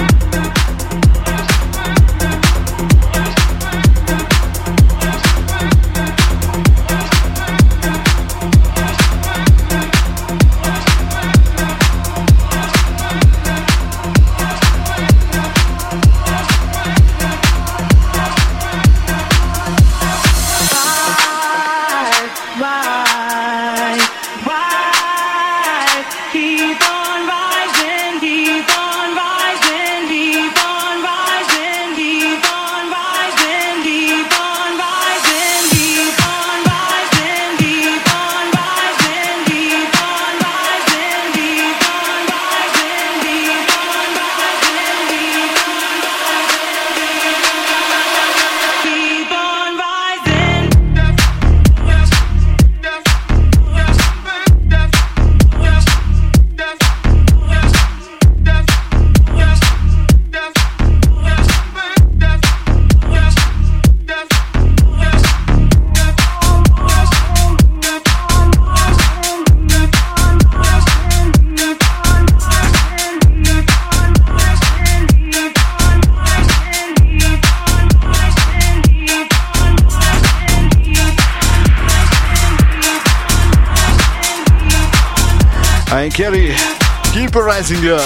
And Kelly, keep rising girl.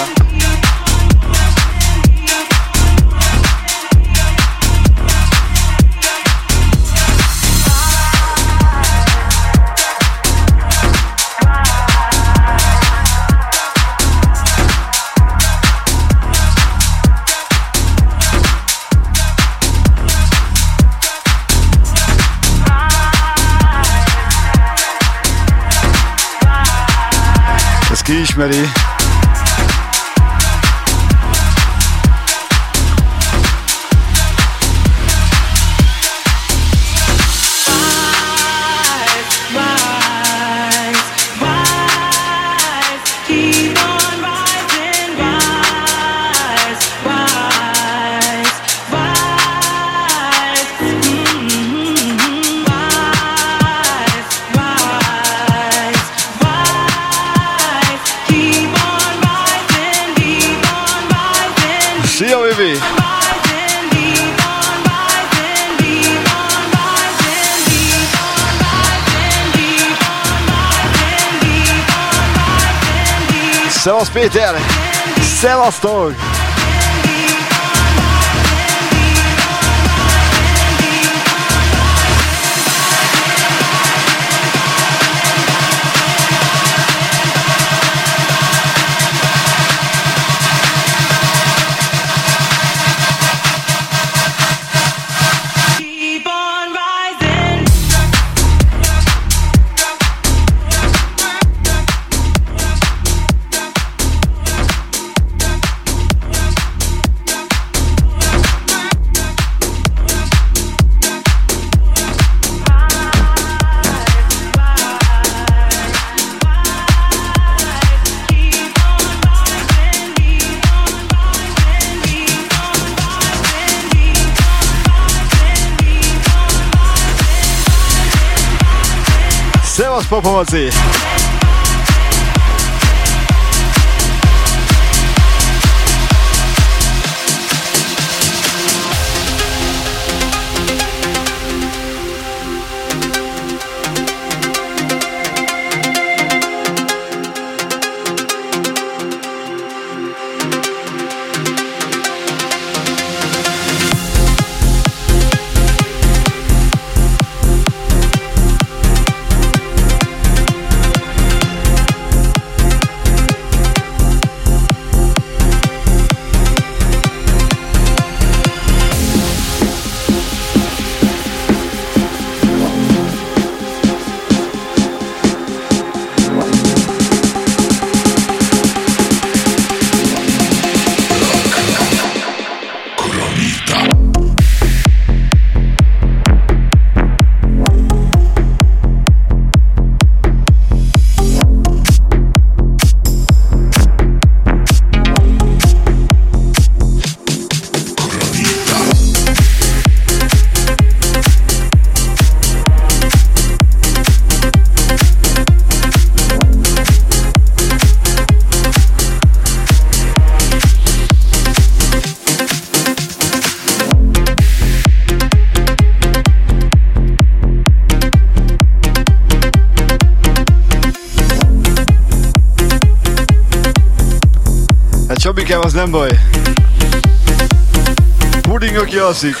Ki ismeri. Szia, Vivi! Szevasz, Péter! Szevasztok! Szevasz, Papa Maci! Csabikám, az nem baj. Puding, aki alszik.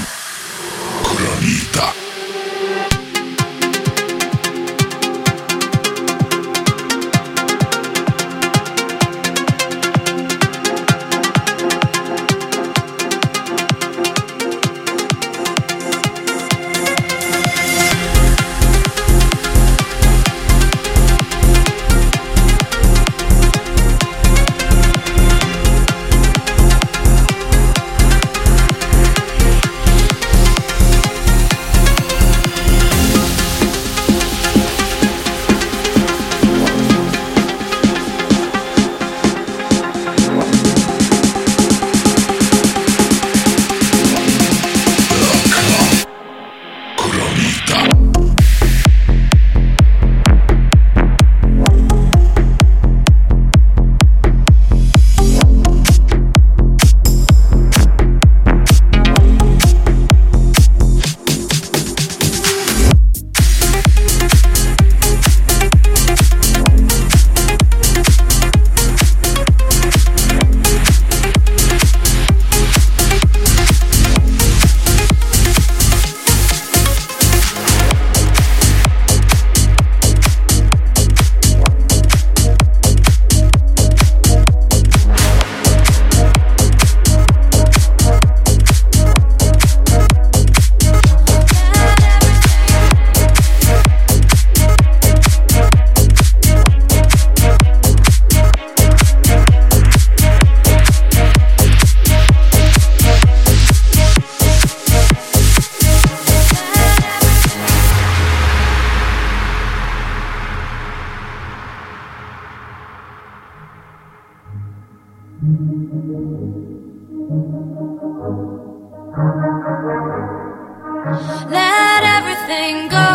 Let everything go.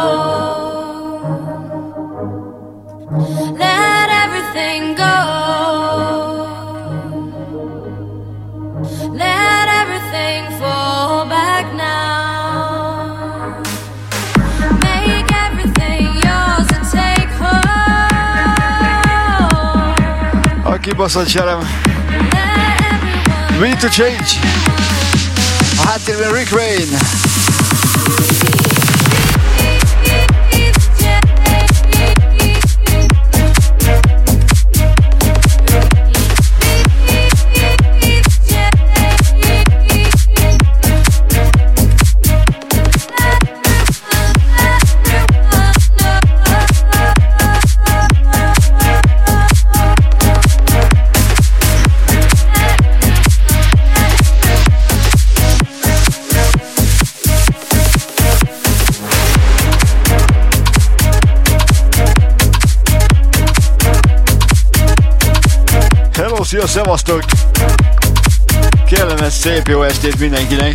Let everything go. Let everything fall back now. Make everything yours and take home. Aki baszott serem. We need to change. A háttérben Rick Wayne. Szia, szevasztok! Kellemes, szép jó estét mindenkinek!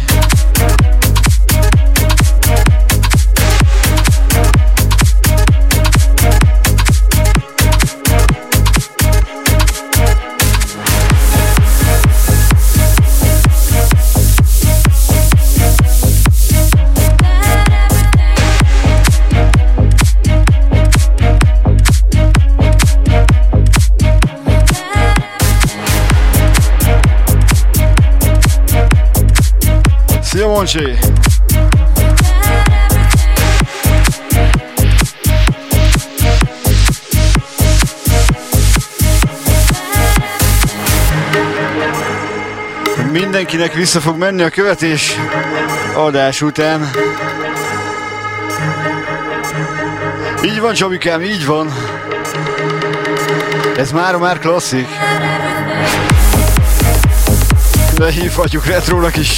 Szia, Moncsi! Mindenkinek vissza fog menni a követés adás után. Így van, Csabikám, így van. Ez mára már klasszik. De hívhatjuk retrónak is.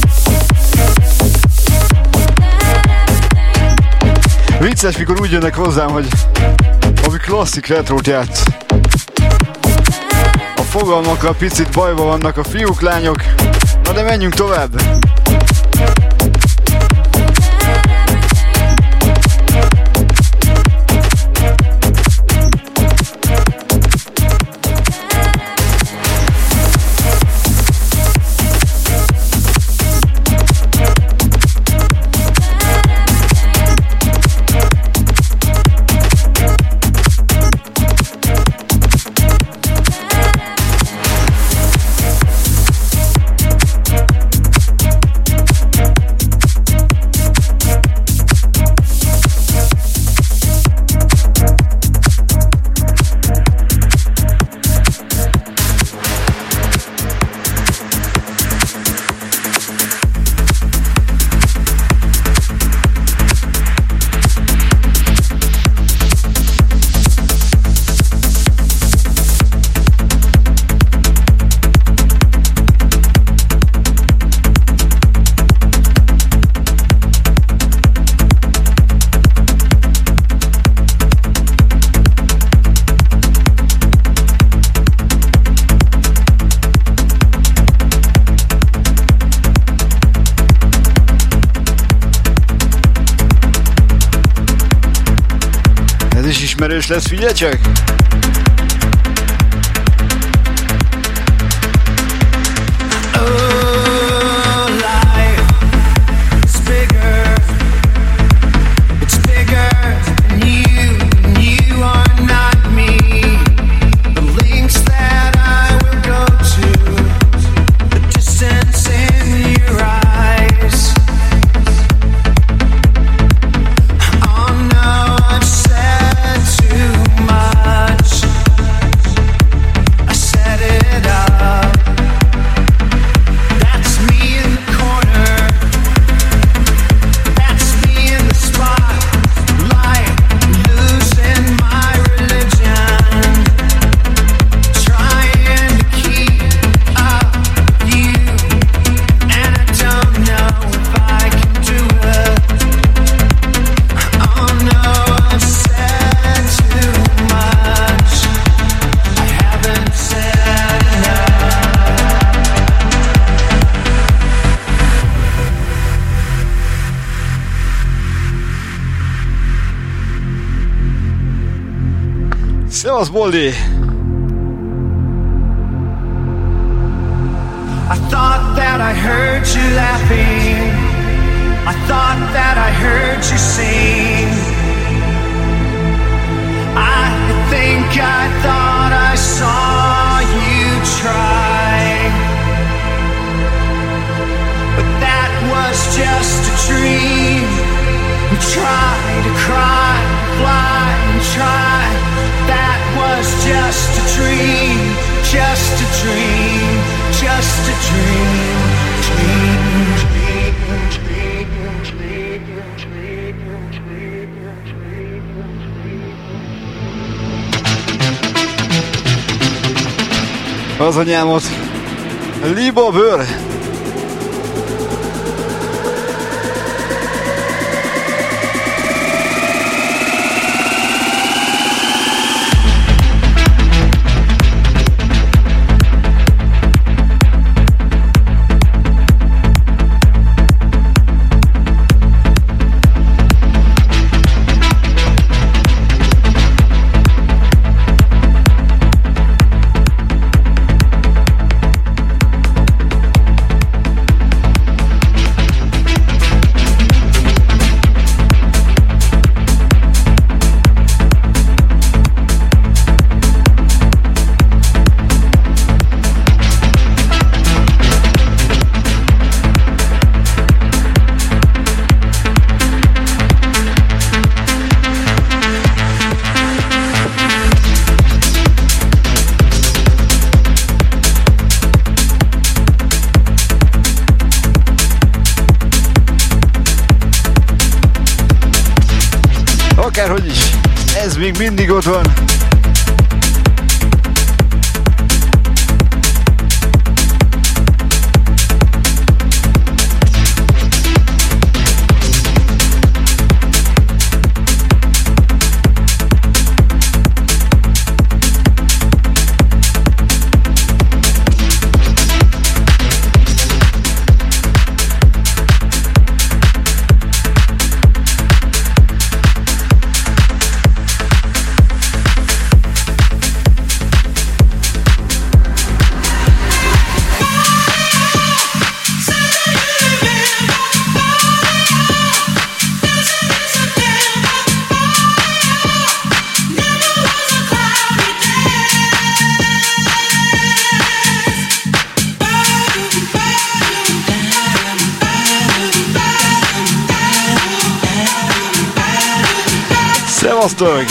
Vicces, mikor úgy jönnek hozzám, hogy ami klasszik retrót játsz. A fogalmakkal picit bajba vannak a fiúk, lányok. Na de menjünk tovább. Ismerős lesz, figyelj csak! Szevasz, Boldi! I thought that I heard you laughing. I thought that I heard you sing. I think I thought I saw you try. But that was just a dream. You try to cry, fly and try. That was just a dream, just a dream, just a dream, dream, dream, dream, dream, dream, dream, dream. Az anyámot! Liba bőr! akárhogy is, ez még mindig ott van. Szevasztok!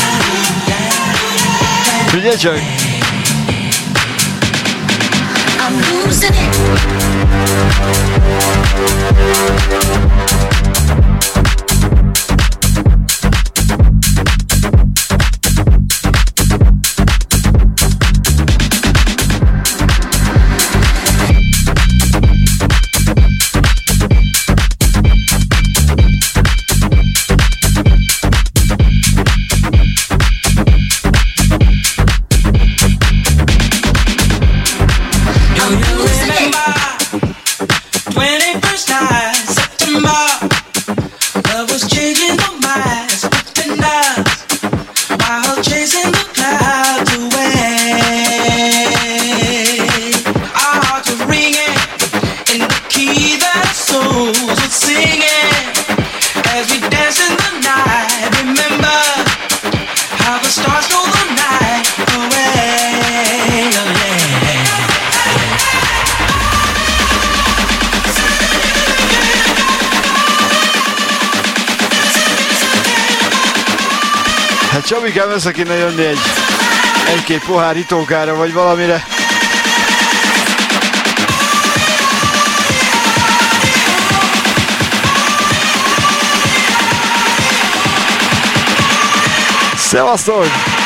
Figyelj csak! I'm losing it. Csabikám, össze kéne jönni egy egy-két pohár itókára, vagy valamire. Szevasztok!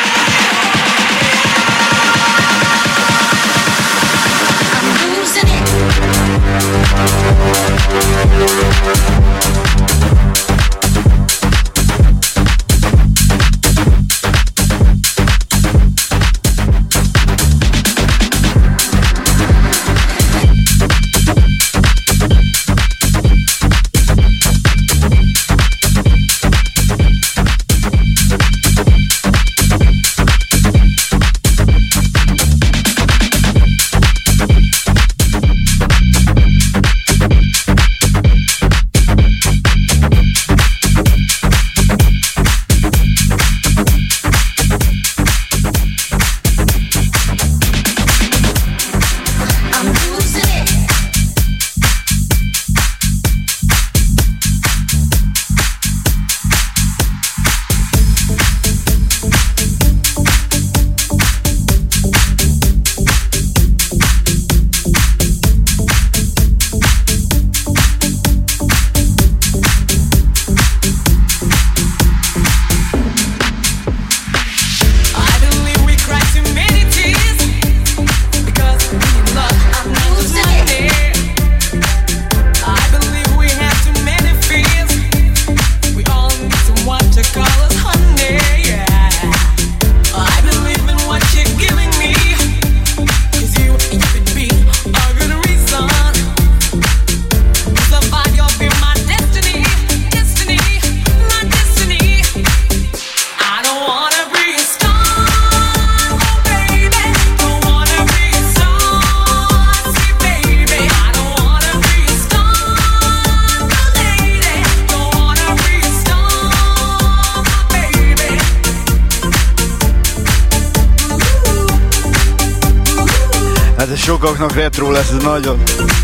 Sokaknak retro lesz ez nagyon.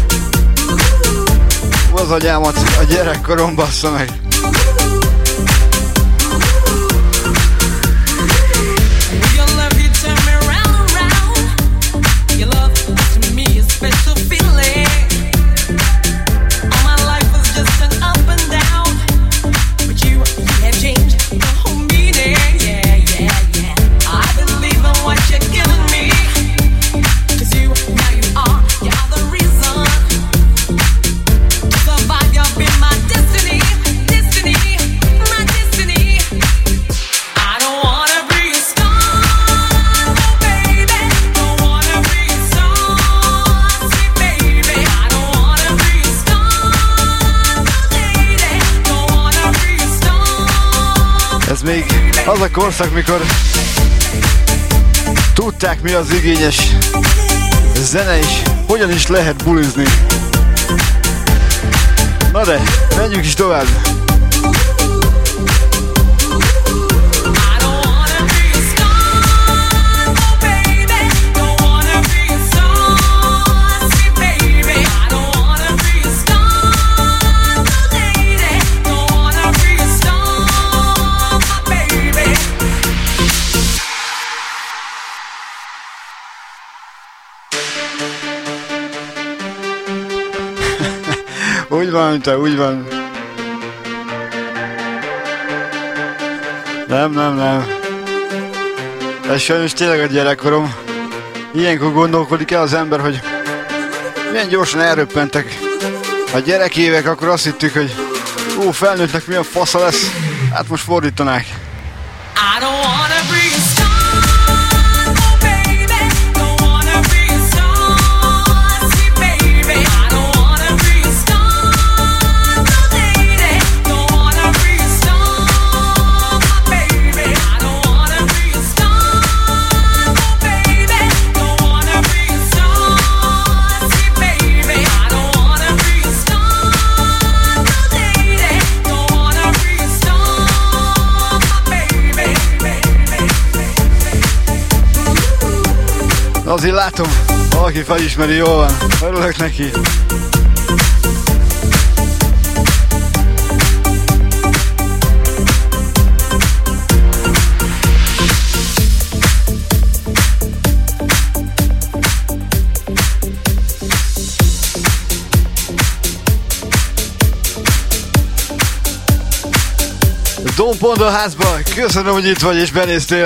Az agyámat a gyerekkorom bassza meg. Meaning. Ez még az a korszak, mikor tudták, mi az igényes zene is, hogyan is lehet bulizni. Na de, menjünk is tovább. Úgy van, te, úgy van. Nem, nem, nem. Ez sajnos tényleg a gyerekkorom. Ilyenkor gondolkodik el az ember, hogy milyen gyorsan elröppentek a gyerekévek, akkor azt hittük, hogy ó, felnőttnek milyen fasza lesz. Hát most fordítanák. I don't wanna bring a star. Azért látom, valaki felismeri, jól van, örülök neki. Dom Pont a házba, köszönöm, hogy itt vagy és benéztél.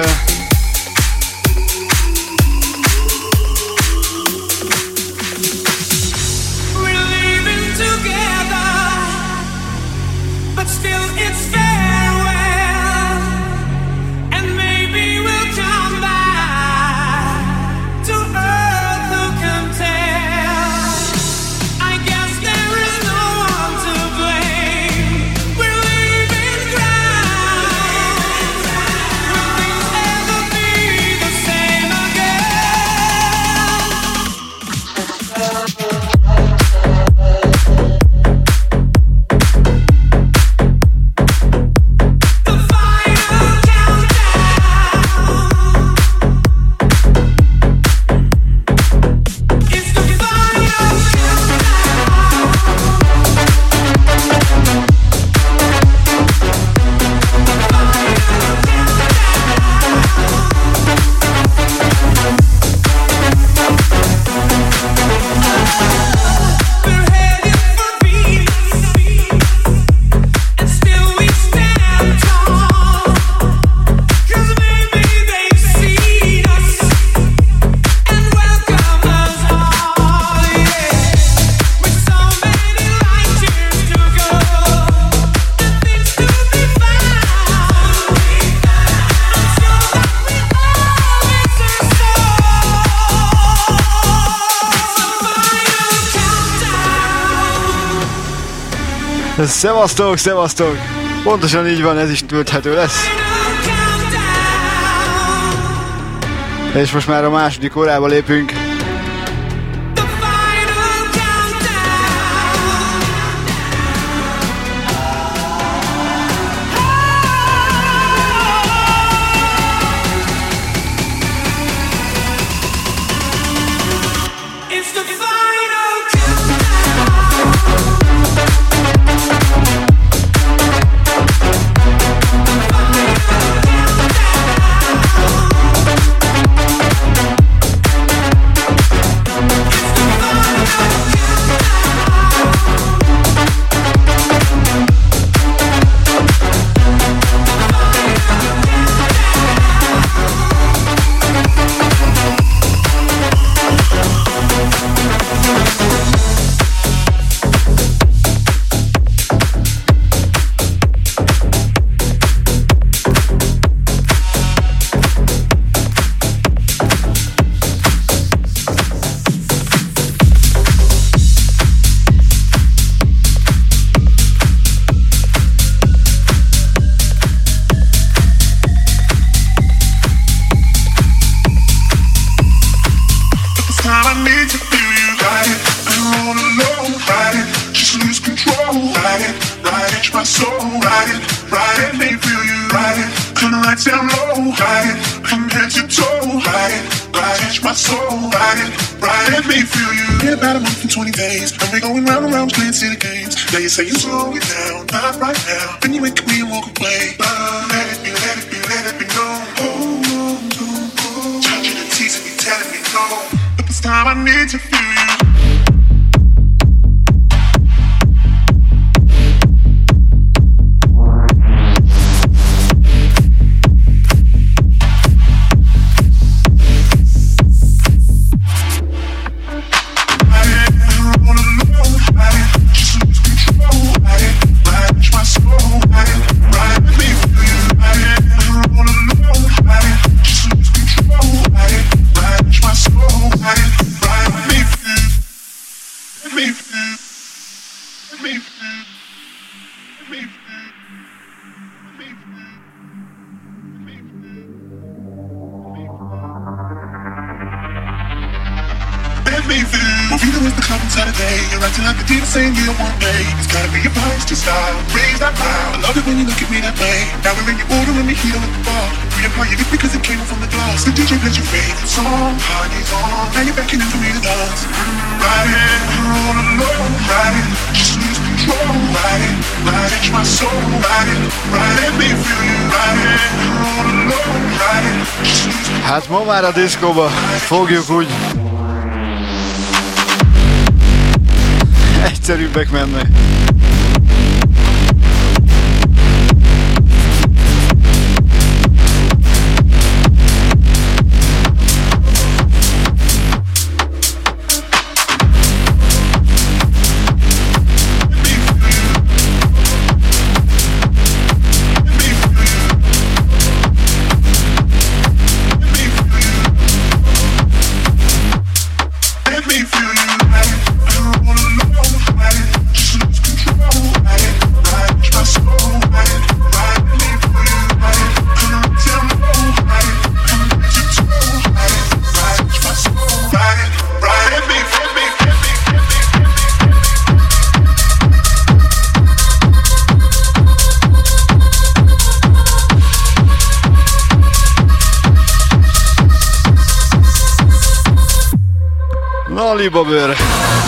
Szevasztok, szevasztok! Pontosan így van, ez is tölthető lesz. És most már a második órába lépünk. touch my soul. Ride it, ride it, let me feel you. Ride it, turn the lights down low. Ride it, from head to toe. Ride it, ride it, touch my soul. Ride it, ride it, let me feel you. Been about a month and twenty days, and we going round and round playing city games. Now you say you slow it down, not right now. Then you wake up, we won't complain. But let it be, let it be, let it be known. Oh, oh, oh, oh. Touching and teasing me, telling me no. But this time I need to feel you. Saying you don't want me, it's gotta be your vice to style. Raise that loud. I love it when you look at me that way. Now we're in your order and we heat up the bar. Reapply your lip because it came from the glass. The D J plays your favorite song. Party's on. Now you're beckoning for me to dance. Ride it, roll alone. Ride it, just lose control. Ride it, ride it, my soul. Ride it, ride it, me feel you. Ride it, roll alone. Ride it, just lose control. Hát ma már a diszkóba fogjuk úgy egyszerűbbek menni. Bobőr.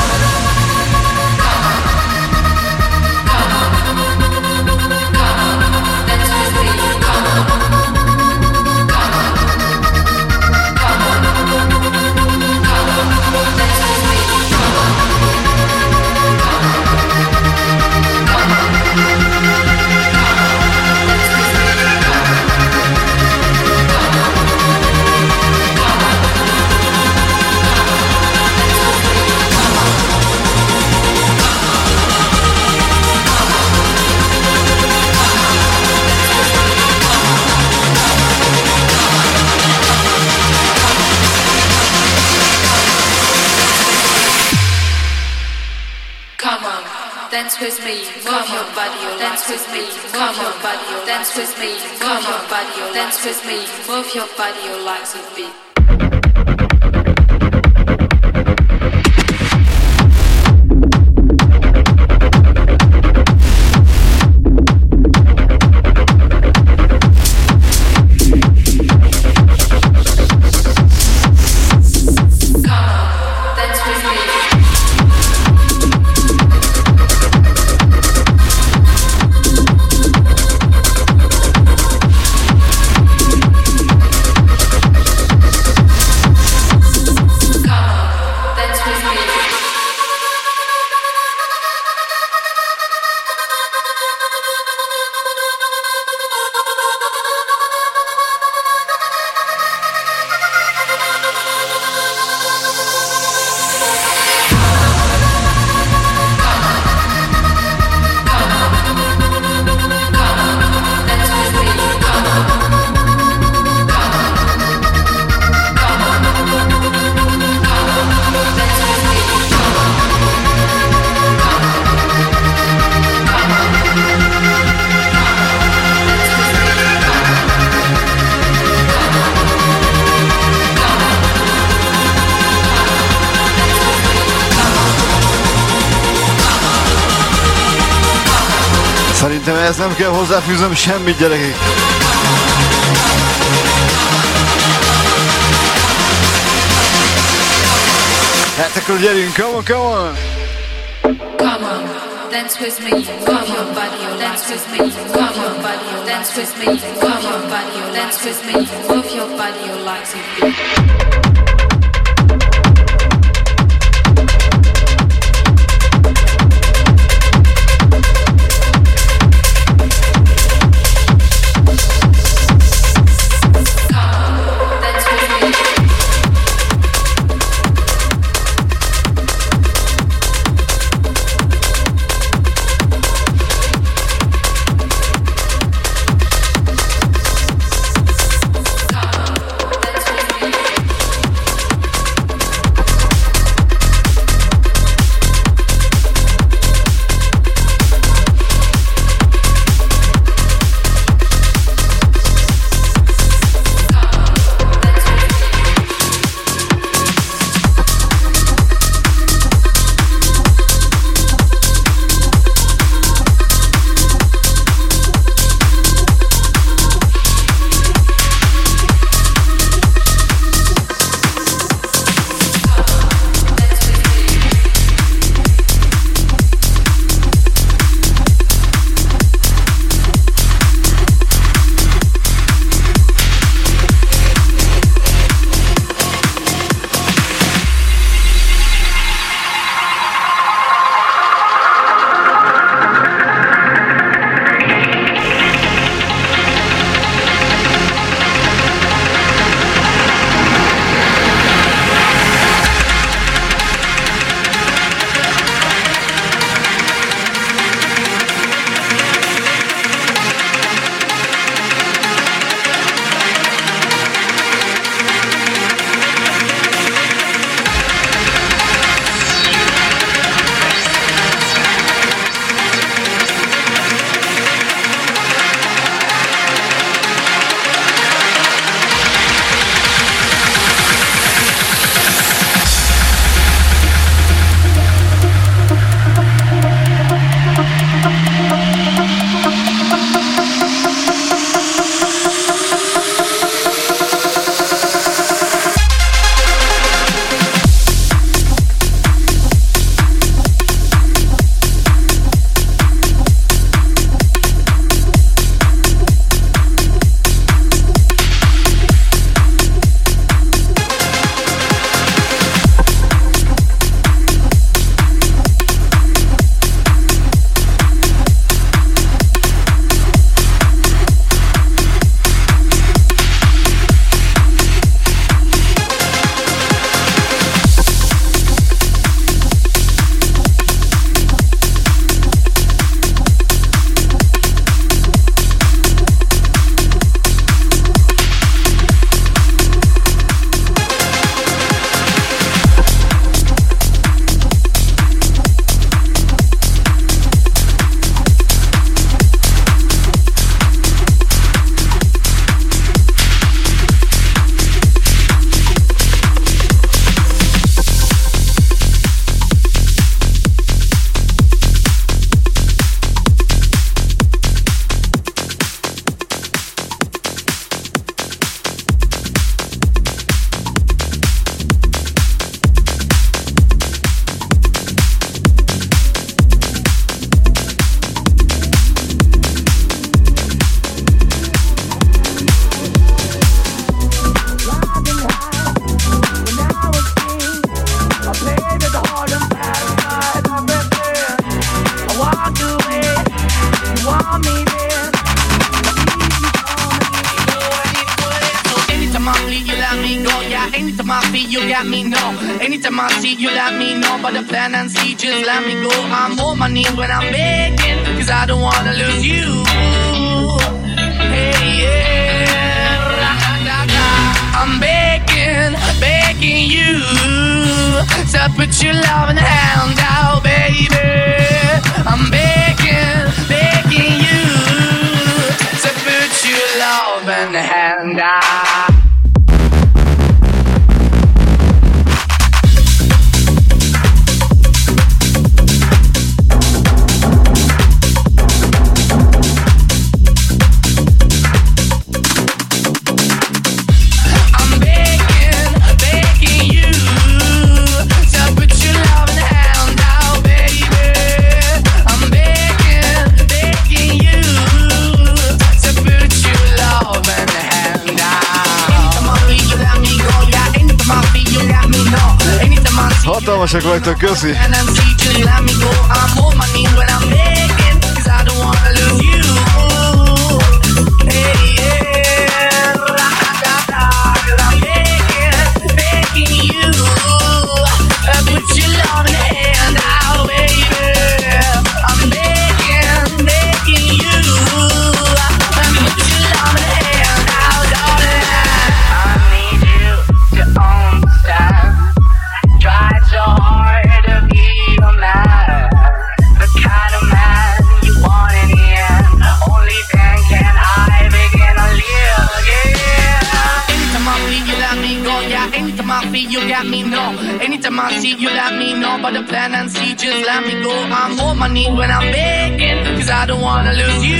Dance with me, move your body, dance with me, move your body, dance with me, move your body, dance with me, move your body, your legs a beat. Szerintem ez nem kell hozzáfűznöm semmit, gyerekek. Hát akkor gyerünk, come on, come on! Come on, dance with me, come on, body, dance with me, come on, body, dance with me, come on, body, dance with me, move your body, your legs and feet. let me know. Anytime I see you, let me know. But the plan and see, just let me go. I'm on my knees when I'm begging, cause I don't wanna lose you. Hey, yeah, ra-da-da-da. I'm begging, begging you to put your love in the hand out, baby. I'm begging, begging you to put your love in the hand out. Hatalmasak vagytok, köszi! You got me, no. Anytime I see you, let me know. But the plan and see, just let me go. I'm on my knees when I'm begging, cause I don't wanna lose you.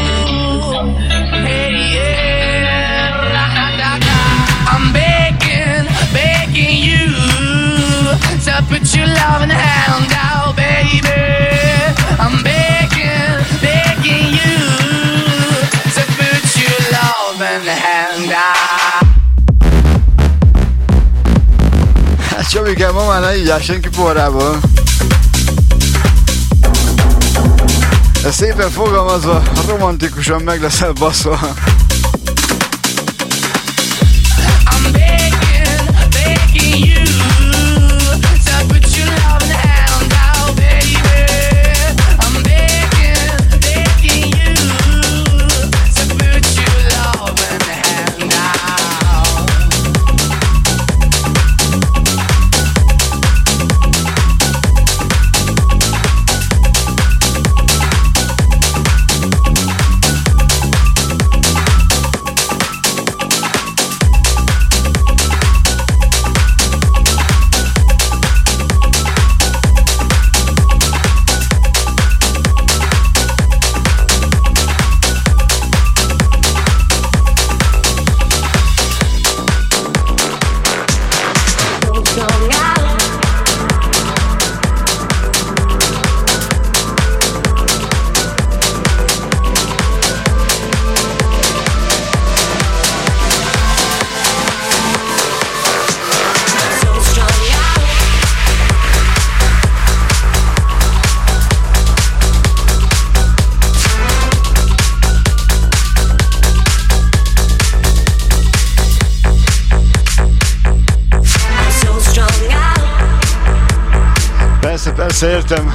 Hey, yeah. I'm begging, begging you to put your love in the hand out, baby. I'm begging, begging you to put your love in the hand out. Csomikám, ma már ne így áll senki porrából. Ez szépen fogalmazva, romantikusan meg leszel baszva. Persze, értem.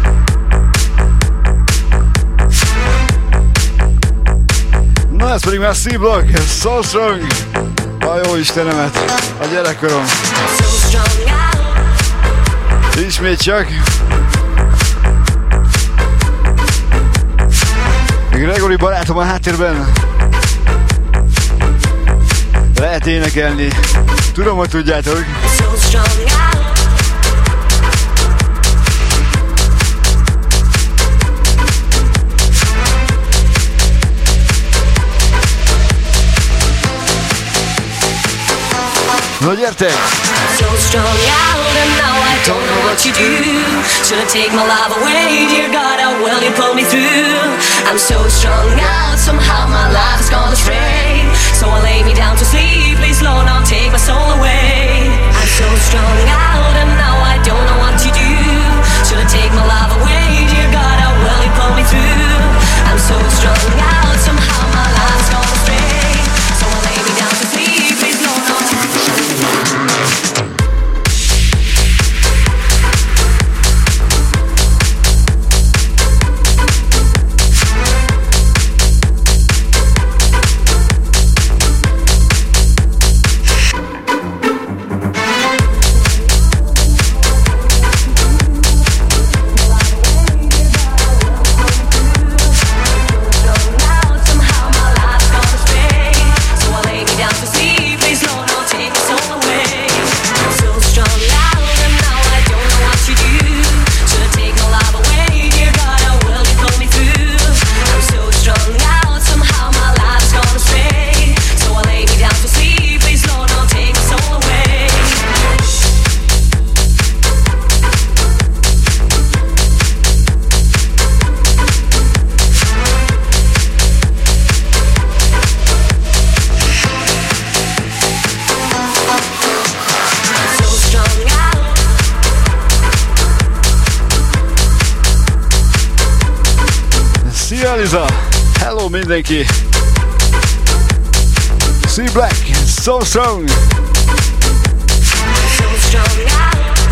Na ez pedig már C-Block, So Strong. A jó Istenemet, a gyerekkorom. Ismét csak. Gregory barátom a háttérben. Lehet énekelni. Tudom, hogy tudjátok. No gyertek! So strung out and now I don't know what you do. Should I take my life away? Dear God, how will you pull me through? I'm so strung out, somehow my life has gone astray. So I lay me down to sleep, please Lord, now take my soul away. I'm so strung out and now I don't know what to do. Should I take my life away? Dear God, how will you pull me through? I'm so strung out, somehow my life has gone astray. So I lay me down to sleep, please Lord, now take my soul away. Szia Liza! Hello mindenki! See Black, so strong! So strong now.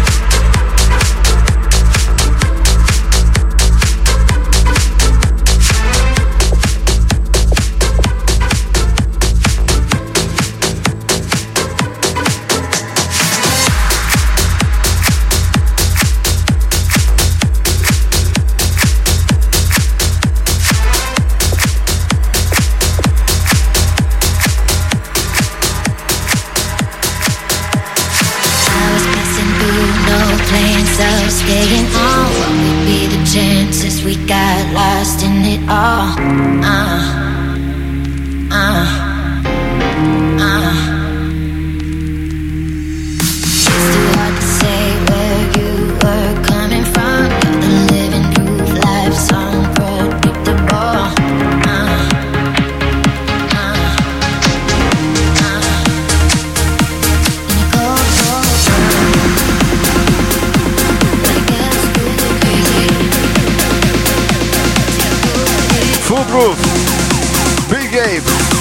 of staying on. What would be the chances we got lost in it all? Uh, uh, uh. It's too hard to say where you were coming from. You're the living proof life's unpredictable. Uh, uh, uh. In a cold, cold world, I guess we're crazy. Foolproof, Big Gabe.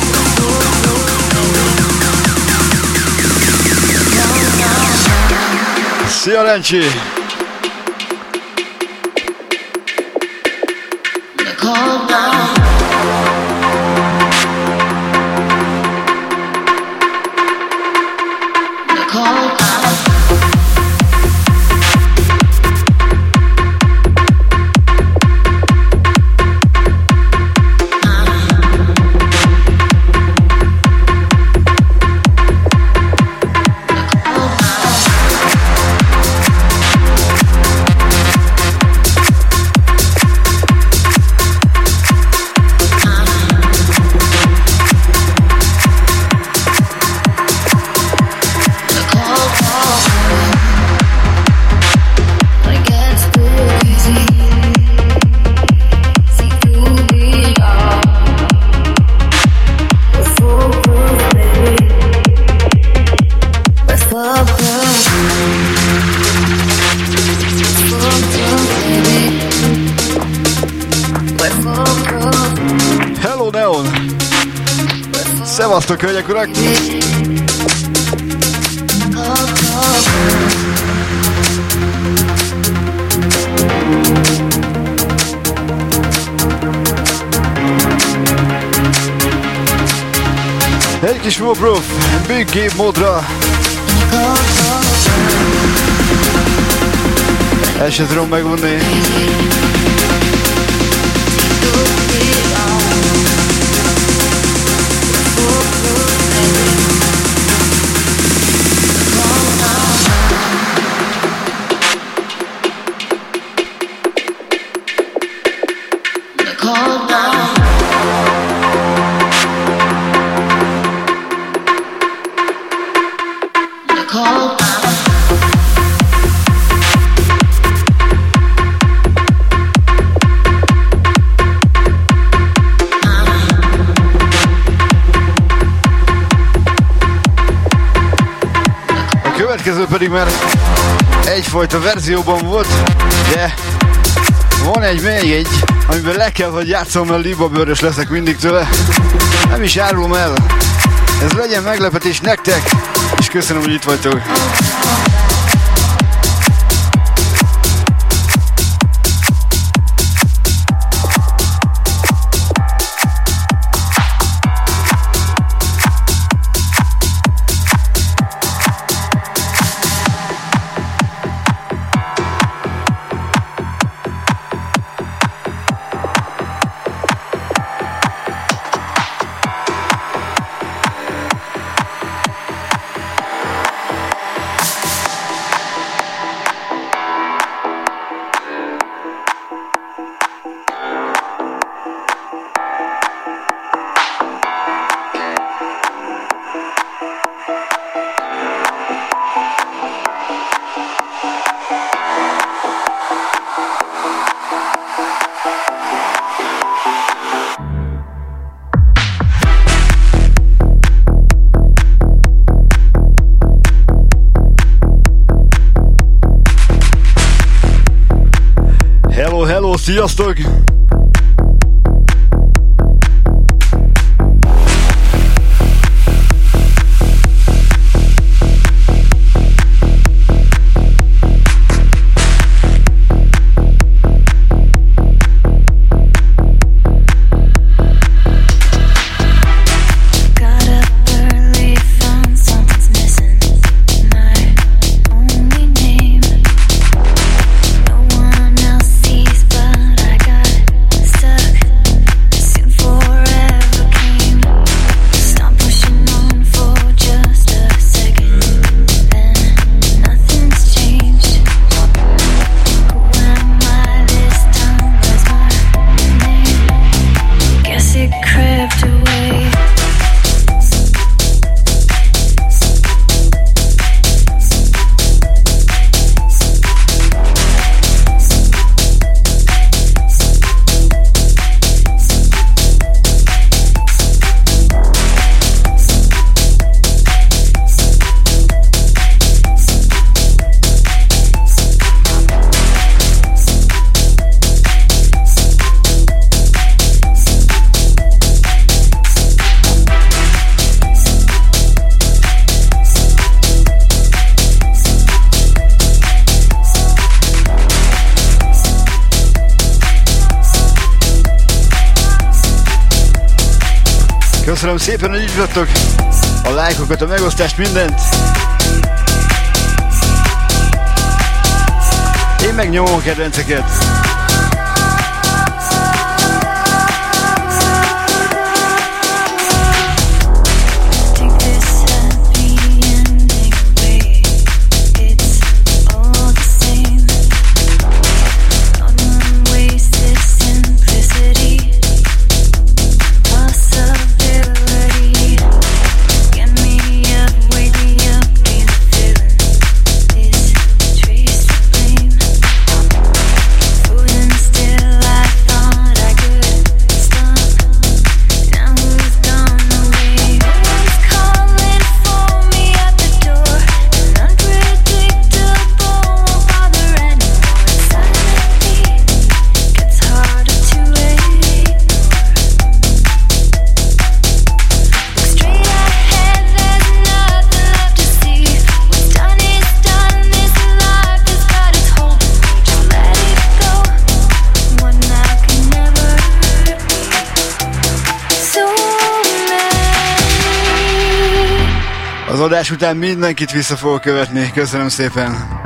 Szia Lencsi! Cold down. Cold down. Hello Neon! Szevasztok, hölgyek, urak! Egy kis Foolproof, Big Gabe módra. Ezt se tudom megmondani. Cold down. Cold down. A következő pedig már egyfajta verzióban volt, de van egy még egy, amiben le kell, hogy játszom, mert libabőrös leszek mindig tőle. Nem is árulom el. Ez legyen meglepetés nektek, és köszönöm, hogy itt vagytok. Hello, hello, sziasztok! Köszönöm szépen, hogy így vagytok. A lájkokat, a megosztást, mindent. Én meg nyomom a kedvenceket. Az adás után mindenkit vissza fogok követni. Köszönöm szépen!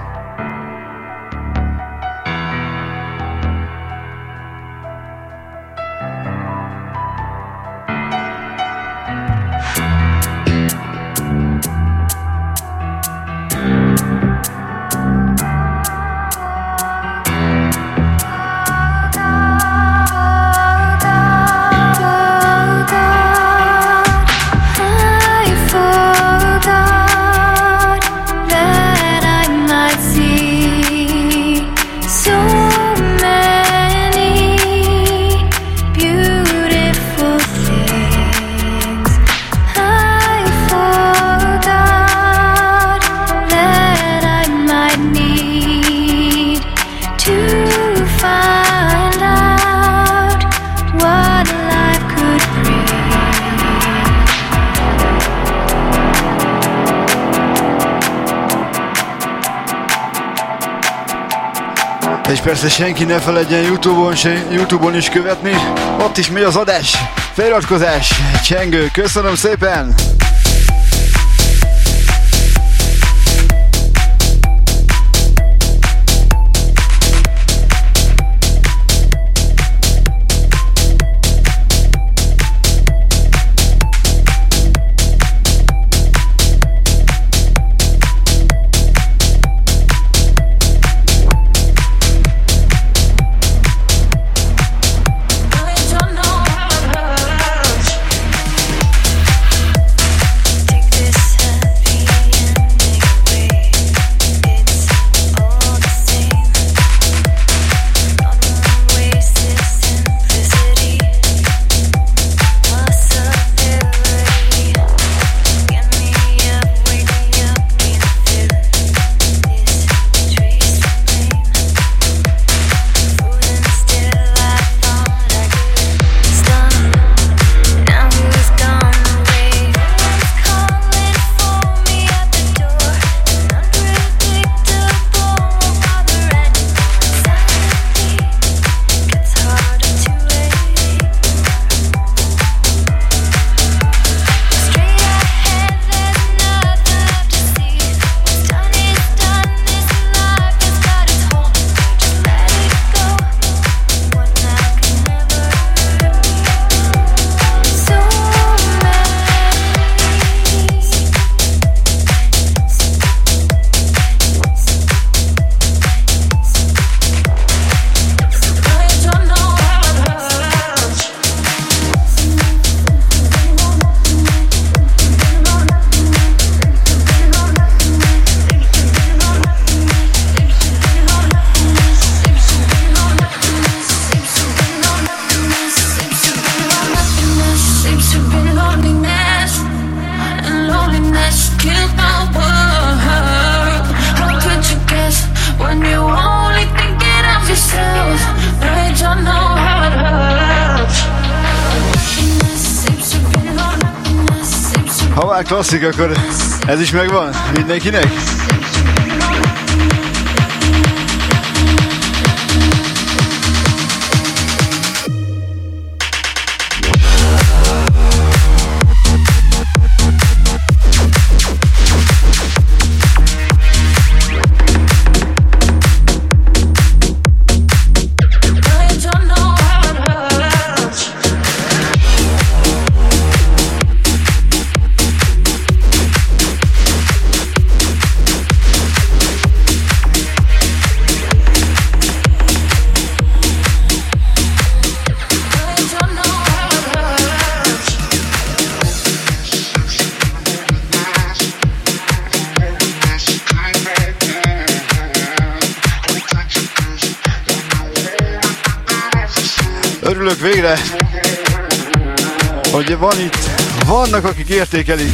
És persze senki ne feledjen YouTube-on, se, YouTube-on is követni. Ott is megy az adás, feliratkozás, csengő. Köszönöm szépen! Ha már klasszik, akkor ez is megvan mindenkinek? végre, hogy van itt, vannak akik értékelik.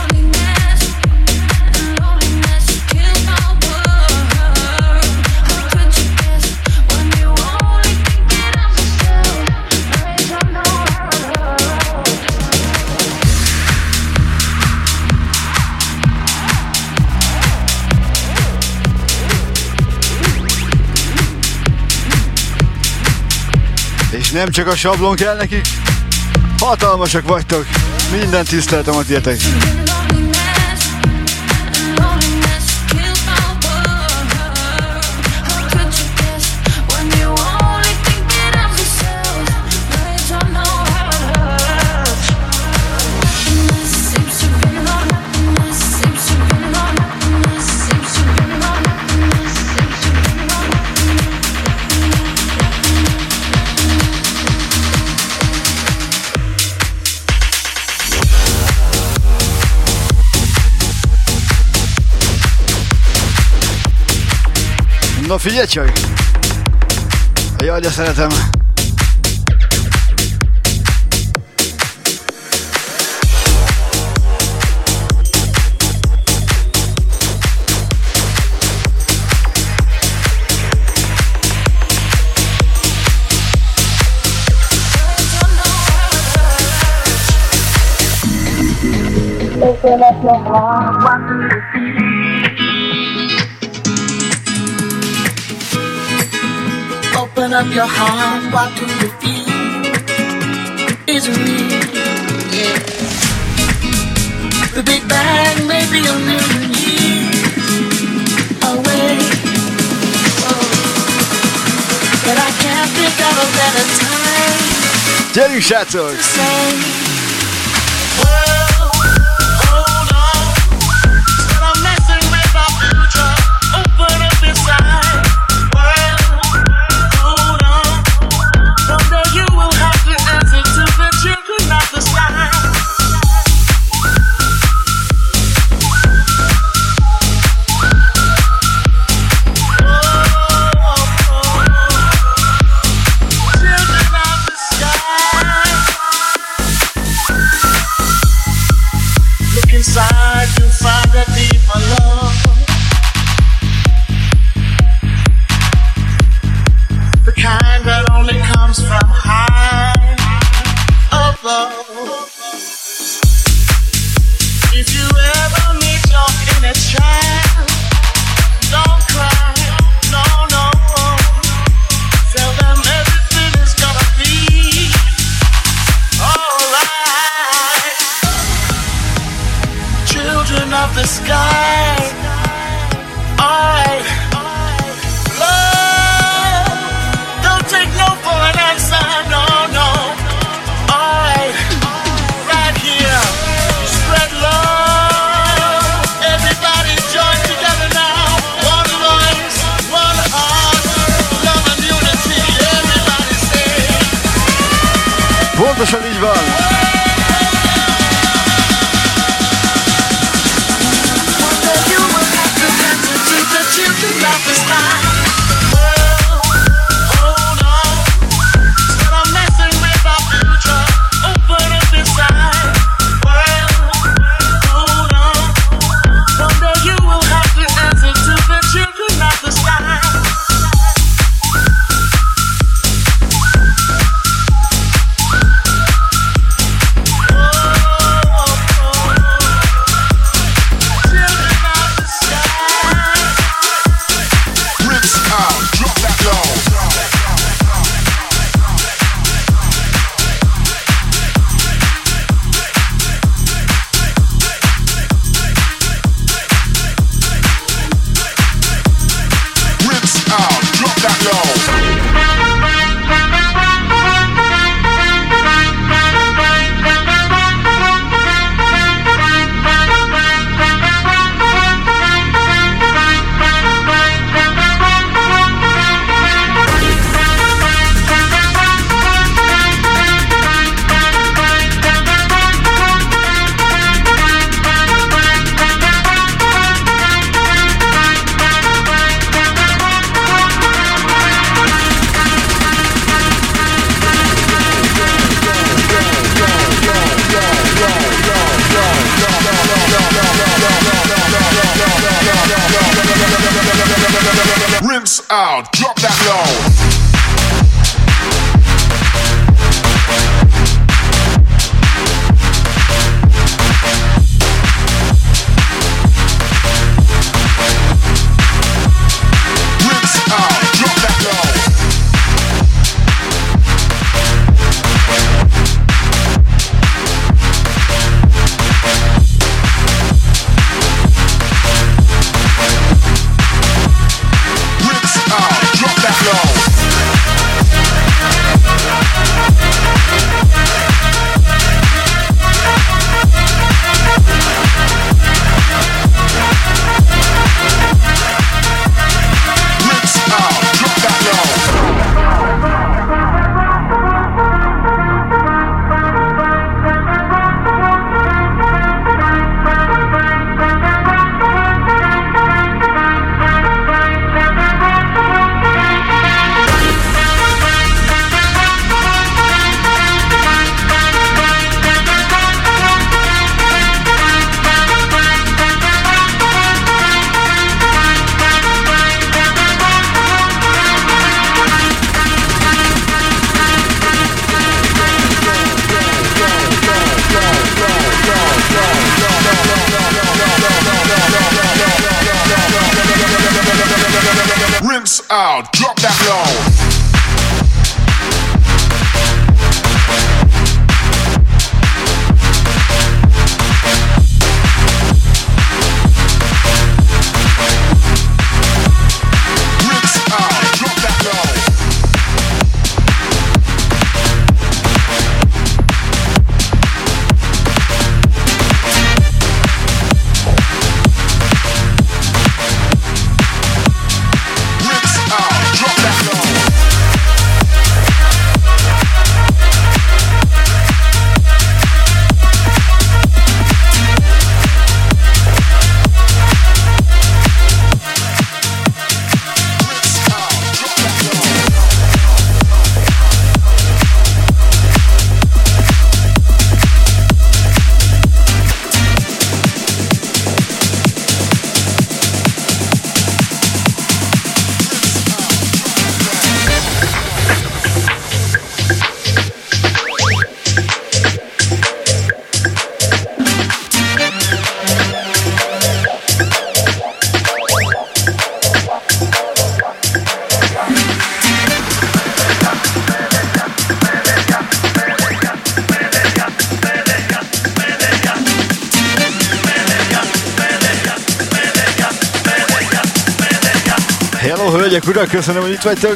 És nem csak a sablon kell nekik, hatalmasak vagytok, minden tiszteltem a tietek. Na figyelj csak! Jaj, de szeretem! Open up your heart, what do you feel? Open up your heart, what do you feel? Is it real? Yeah. The Big Bang may be a million years away, oh. But I can't think of a better time. Gyerünk, srácok! Pontosan így van! that low. Out, drop that low. Hello, hölgyek, urak, köszönöm, hogy itt vagytok.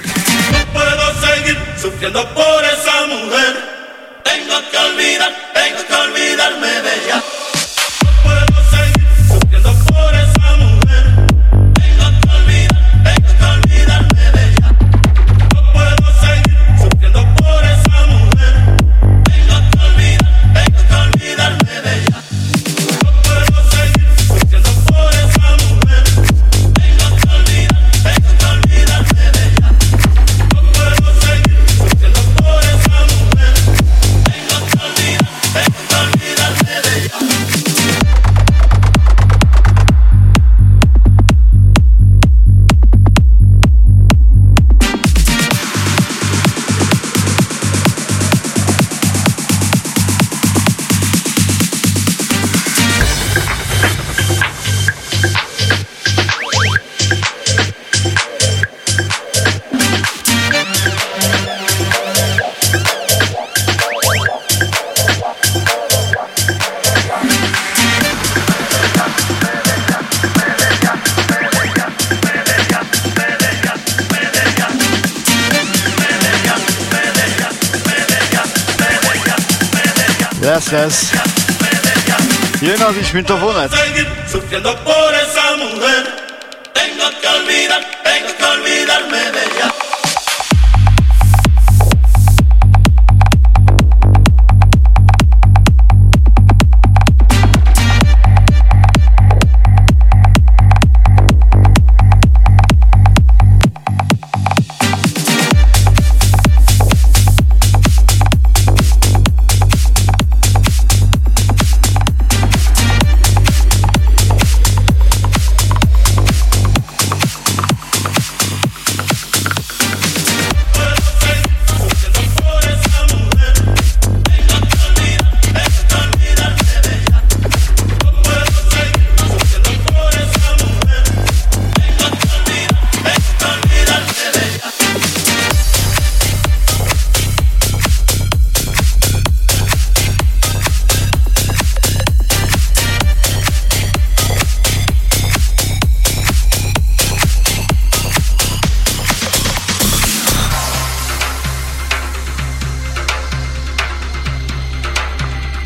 Lesz, lesz. Jön az is, mint a vonat. Sufriendo por esa mujer, tengo que olvidar, tengo que olvidarme de ella.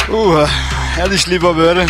Uh, ez is libabőr.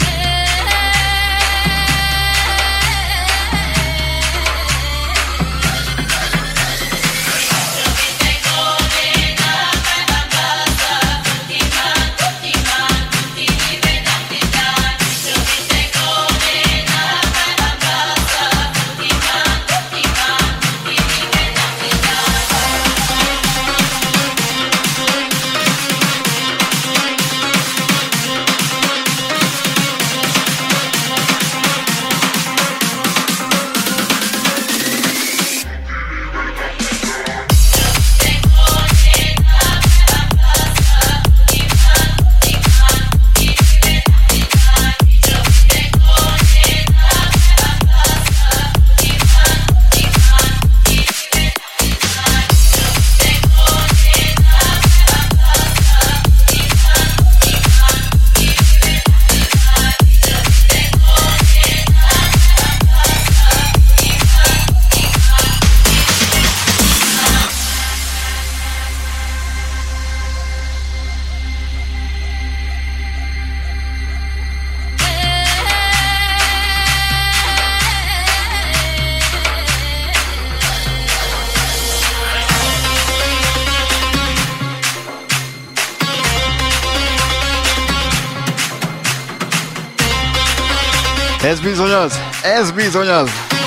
Ez bizony az, ez bizony az.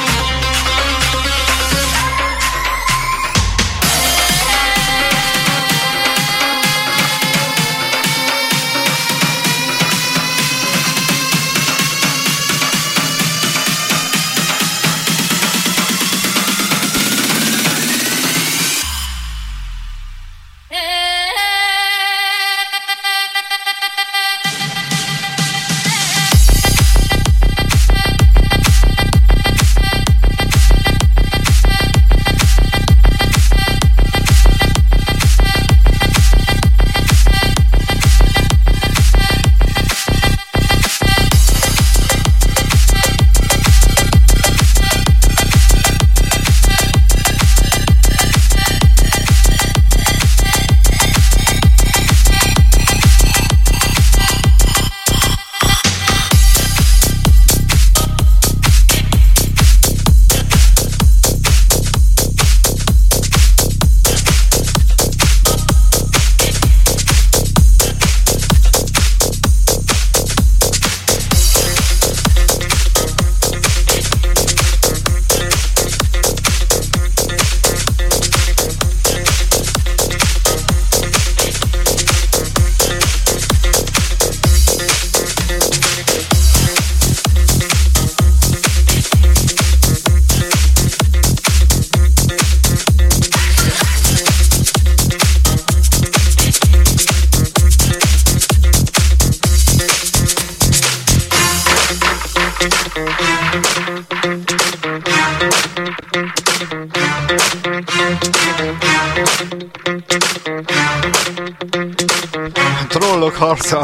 Trollok harca.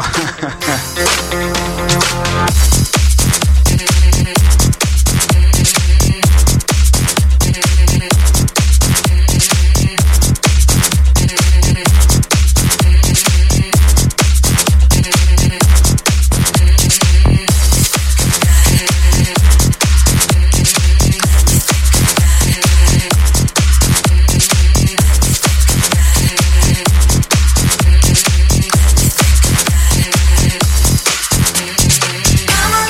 I'm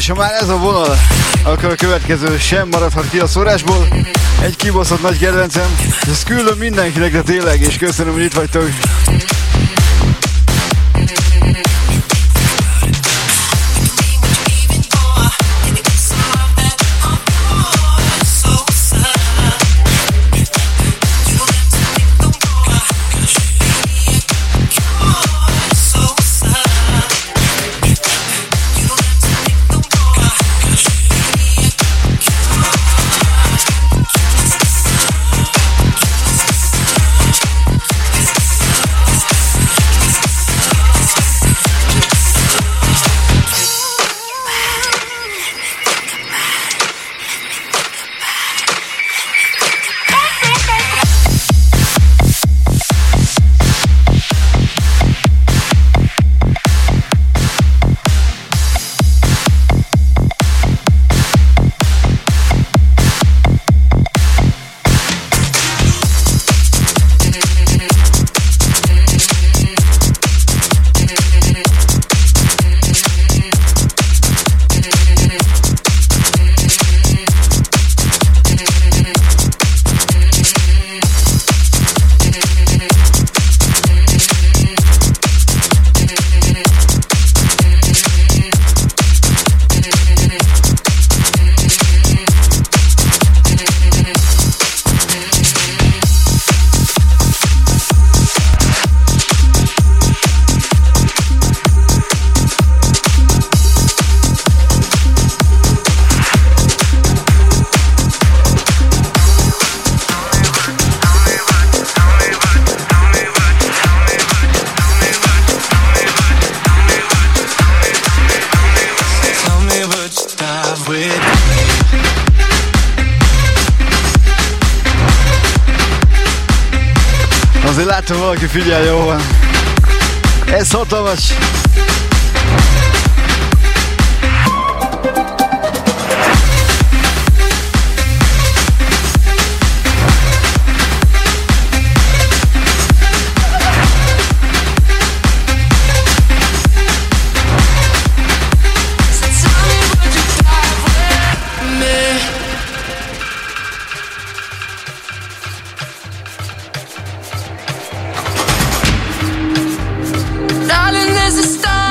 és ha már ez a vonal, akkor a következő sem maradhat ki a szórásból. Egy kibaszott nagy kedvencem, ezt küldöm mindenkinek, de tényleg, és köszönöm, hogy itt vagytok. Azért látom, valaki figyel, jó van. Ez hatalmas. Darling, there's a star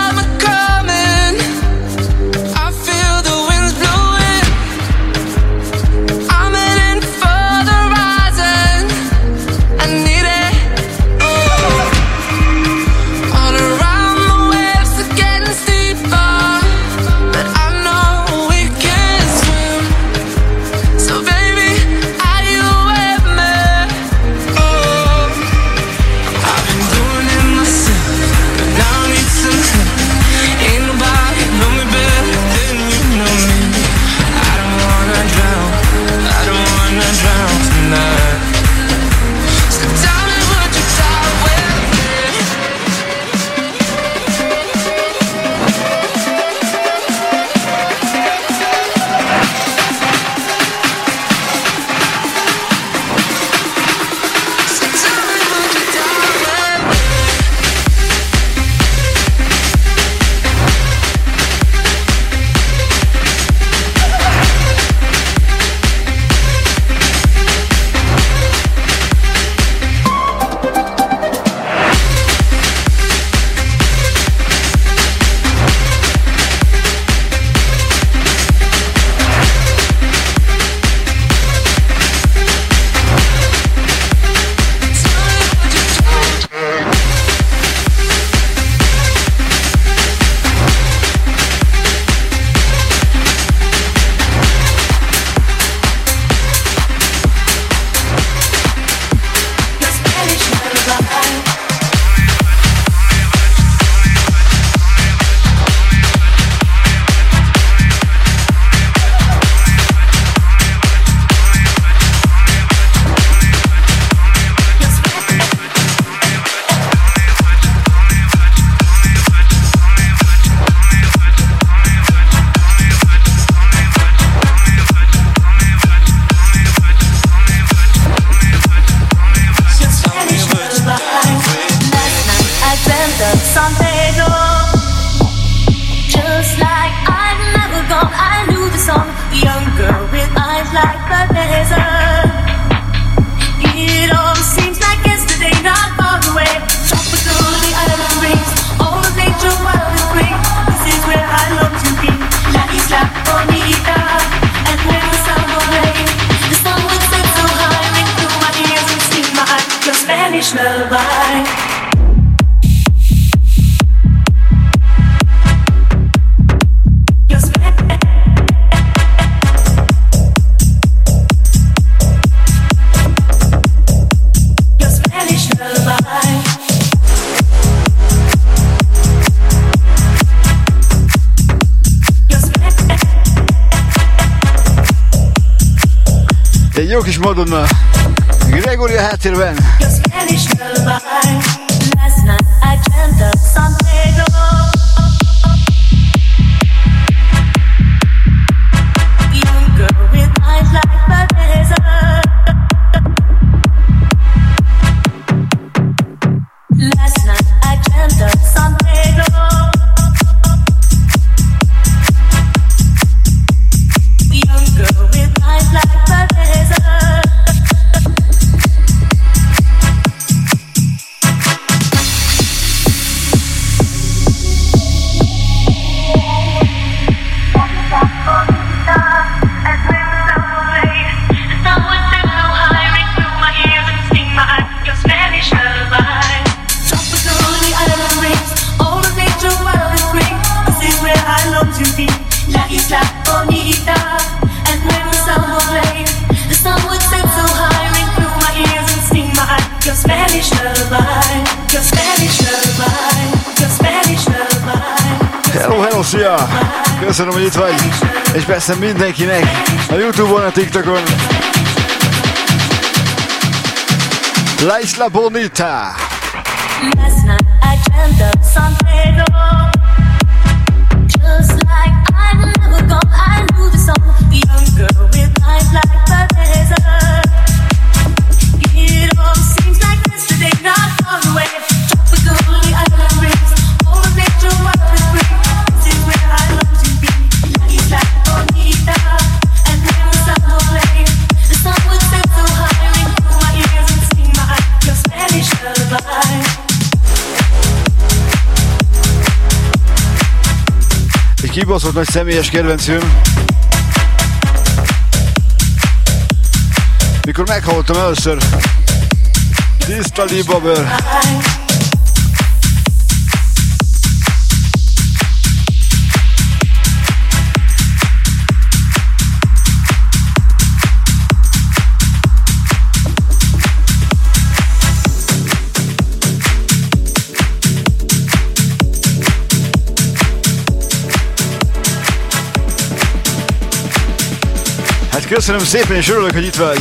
Egy jó kis Madonna. Gregory a háttérben. Szia! Köszönöm, hogy itt vagy, és persze mindenkinek a YouTube-on, a TikTokon. La Isla Bonita! Last night I dreamt of San Pedro. Just like I'm never gone, I knew the song. Young girl with eyes like Teresa. It all seems like yesterday, not far away. Tropically island breeze, all the nature world is free. Egy kibaszott nagy személyes kedvencünk. Mikor meghallottam először Tiszta Libabőr. Hát köszönöm szépen, és örülök, hogy itt vagy.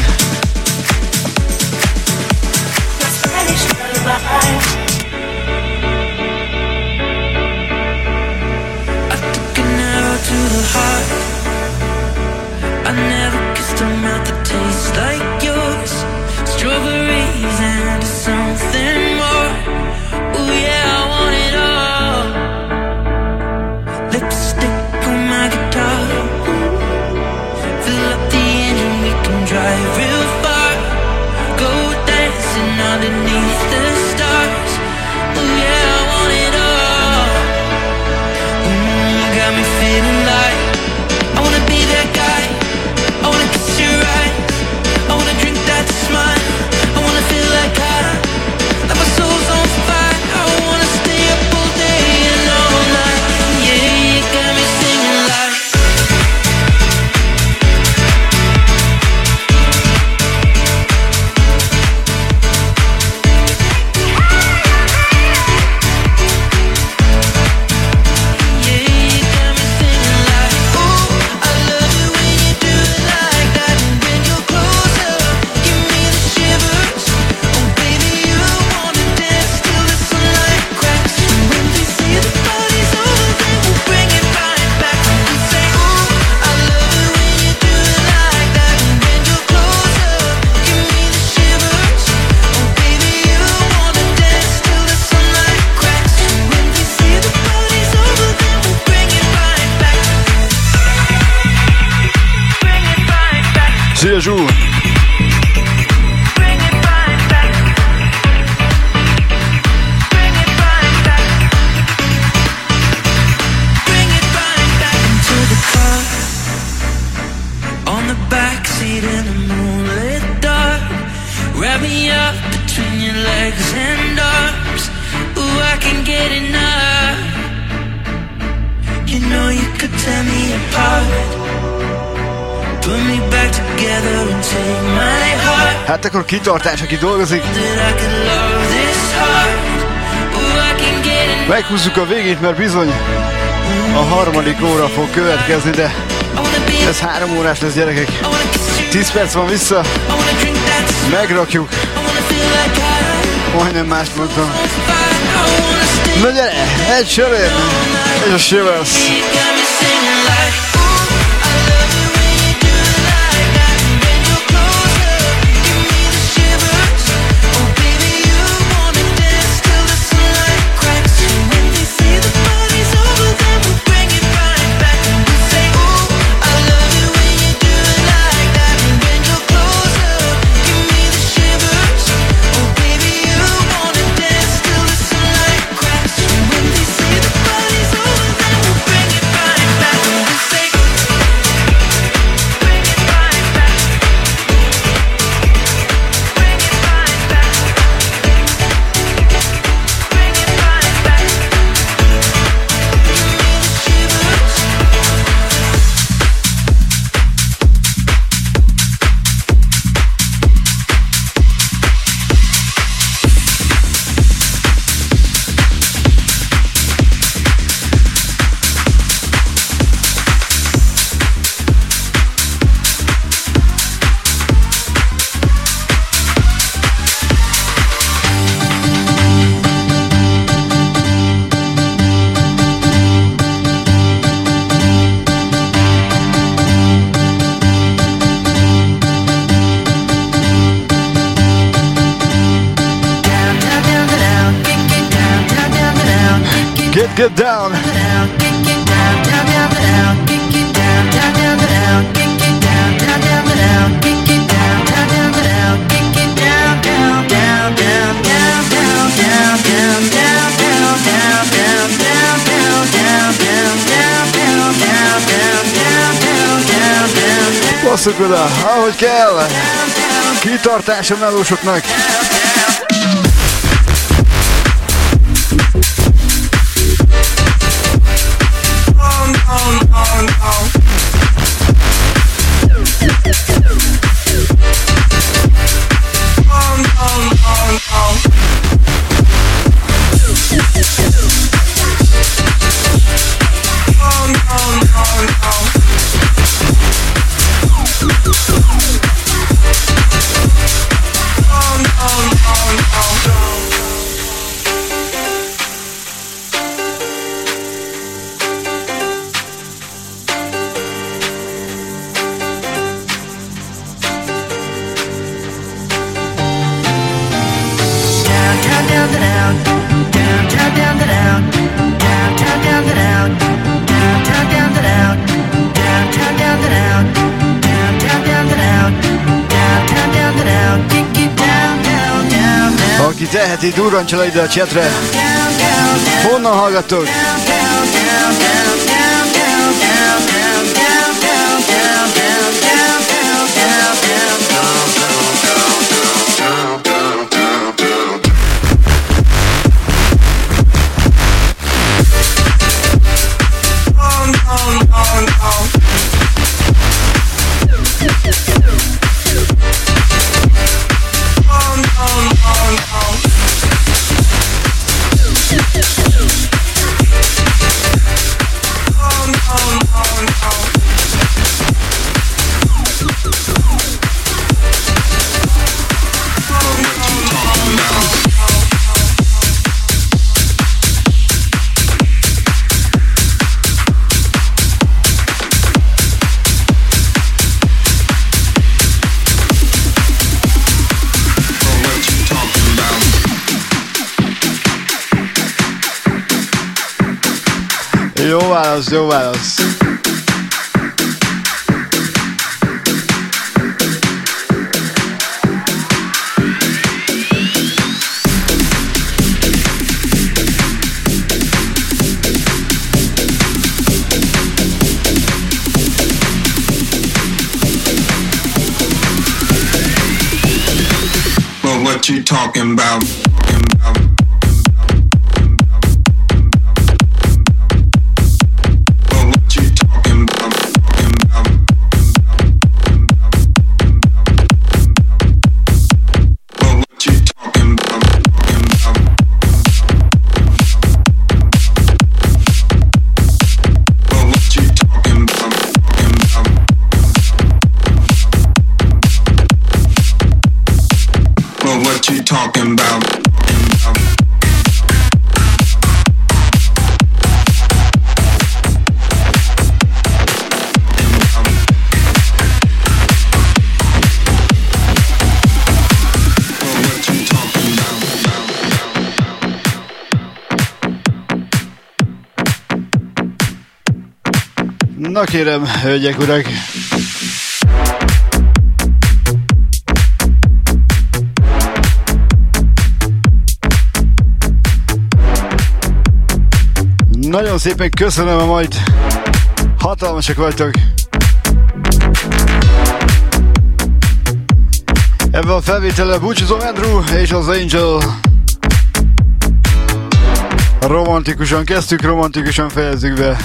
Szia Zsú! Hát akkor kitartás, aki dolgozik. Meghúzzuk a végét, mert bizony a harmadik óra fog következni, de ez három órás lesz, gyerekek. tíz perc van vissza. Megrakjuk. Majdnem mást mondtam. Na gyere, egy sörén, és a Shivers. Get down. Basszuk oda, ahogy kell. Kitartás a melósoknak. Aki teheti, durrancsa le ide a chatre. Honnan hallgatok? Jó válasz, jó válasz. Well, what you talking about? talking about? Na kérem, hölgyek, urak! Nagyon szépen köszönöm a majd. Hatalmasak vagytok. Ebben a felvétellel búcsúzom Andrew és az Angel. Romantikusan kezdtük, romantikusan fejezzük be.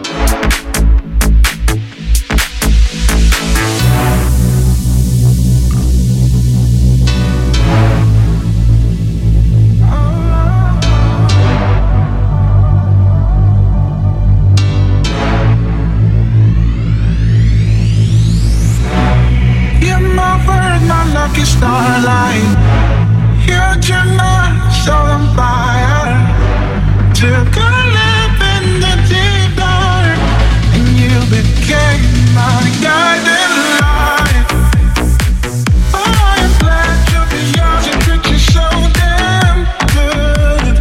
Starlight, you're my soul on fire. Took a leap in the deep dark, and you became my guiding light. Oh, I'm glad to be yours and treat you so damn good.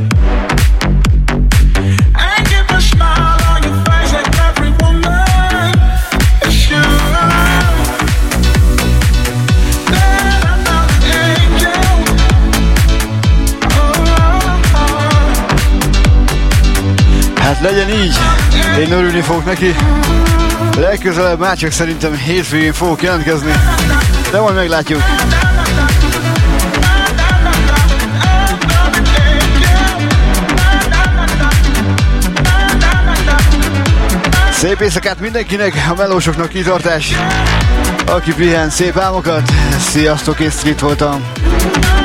And keep a smile on your face like every woman should. Hát legyen így, én örülni fogok neki. Legközelebb már csak szerintem hétfőjén fogok jelentkezni, de majd meglátjuk. Szép éjszakát mindenkinek, a melósoknak kitartás. Aki pihen, szép álmokat. Sziasztok, és Street voltam.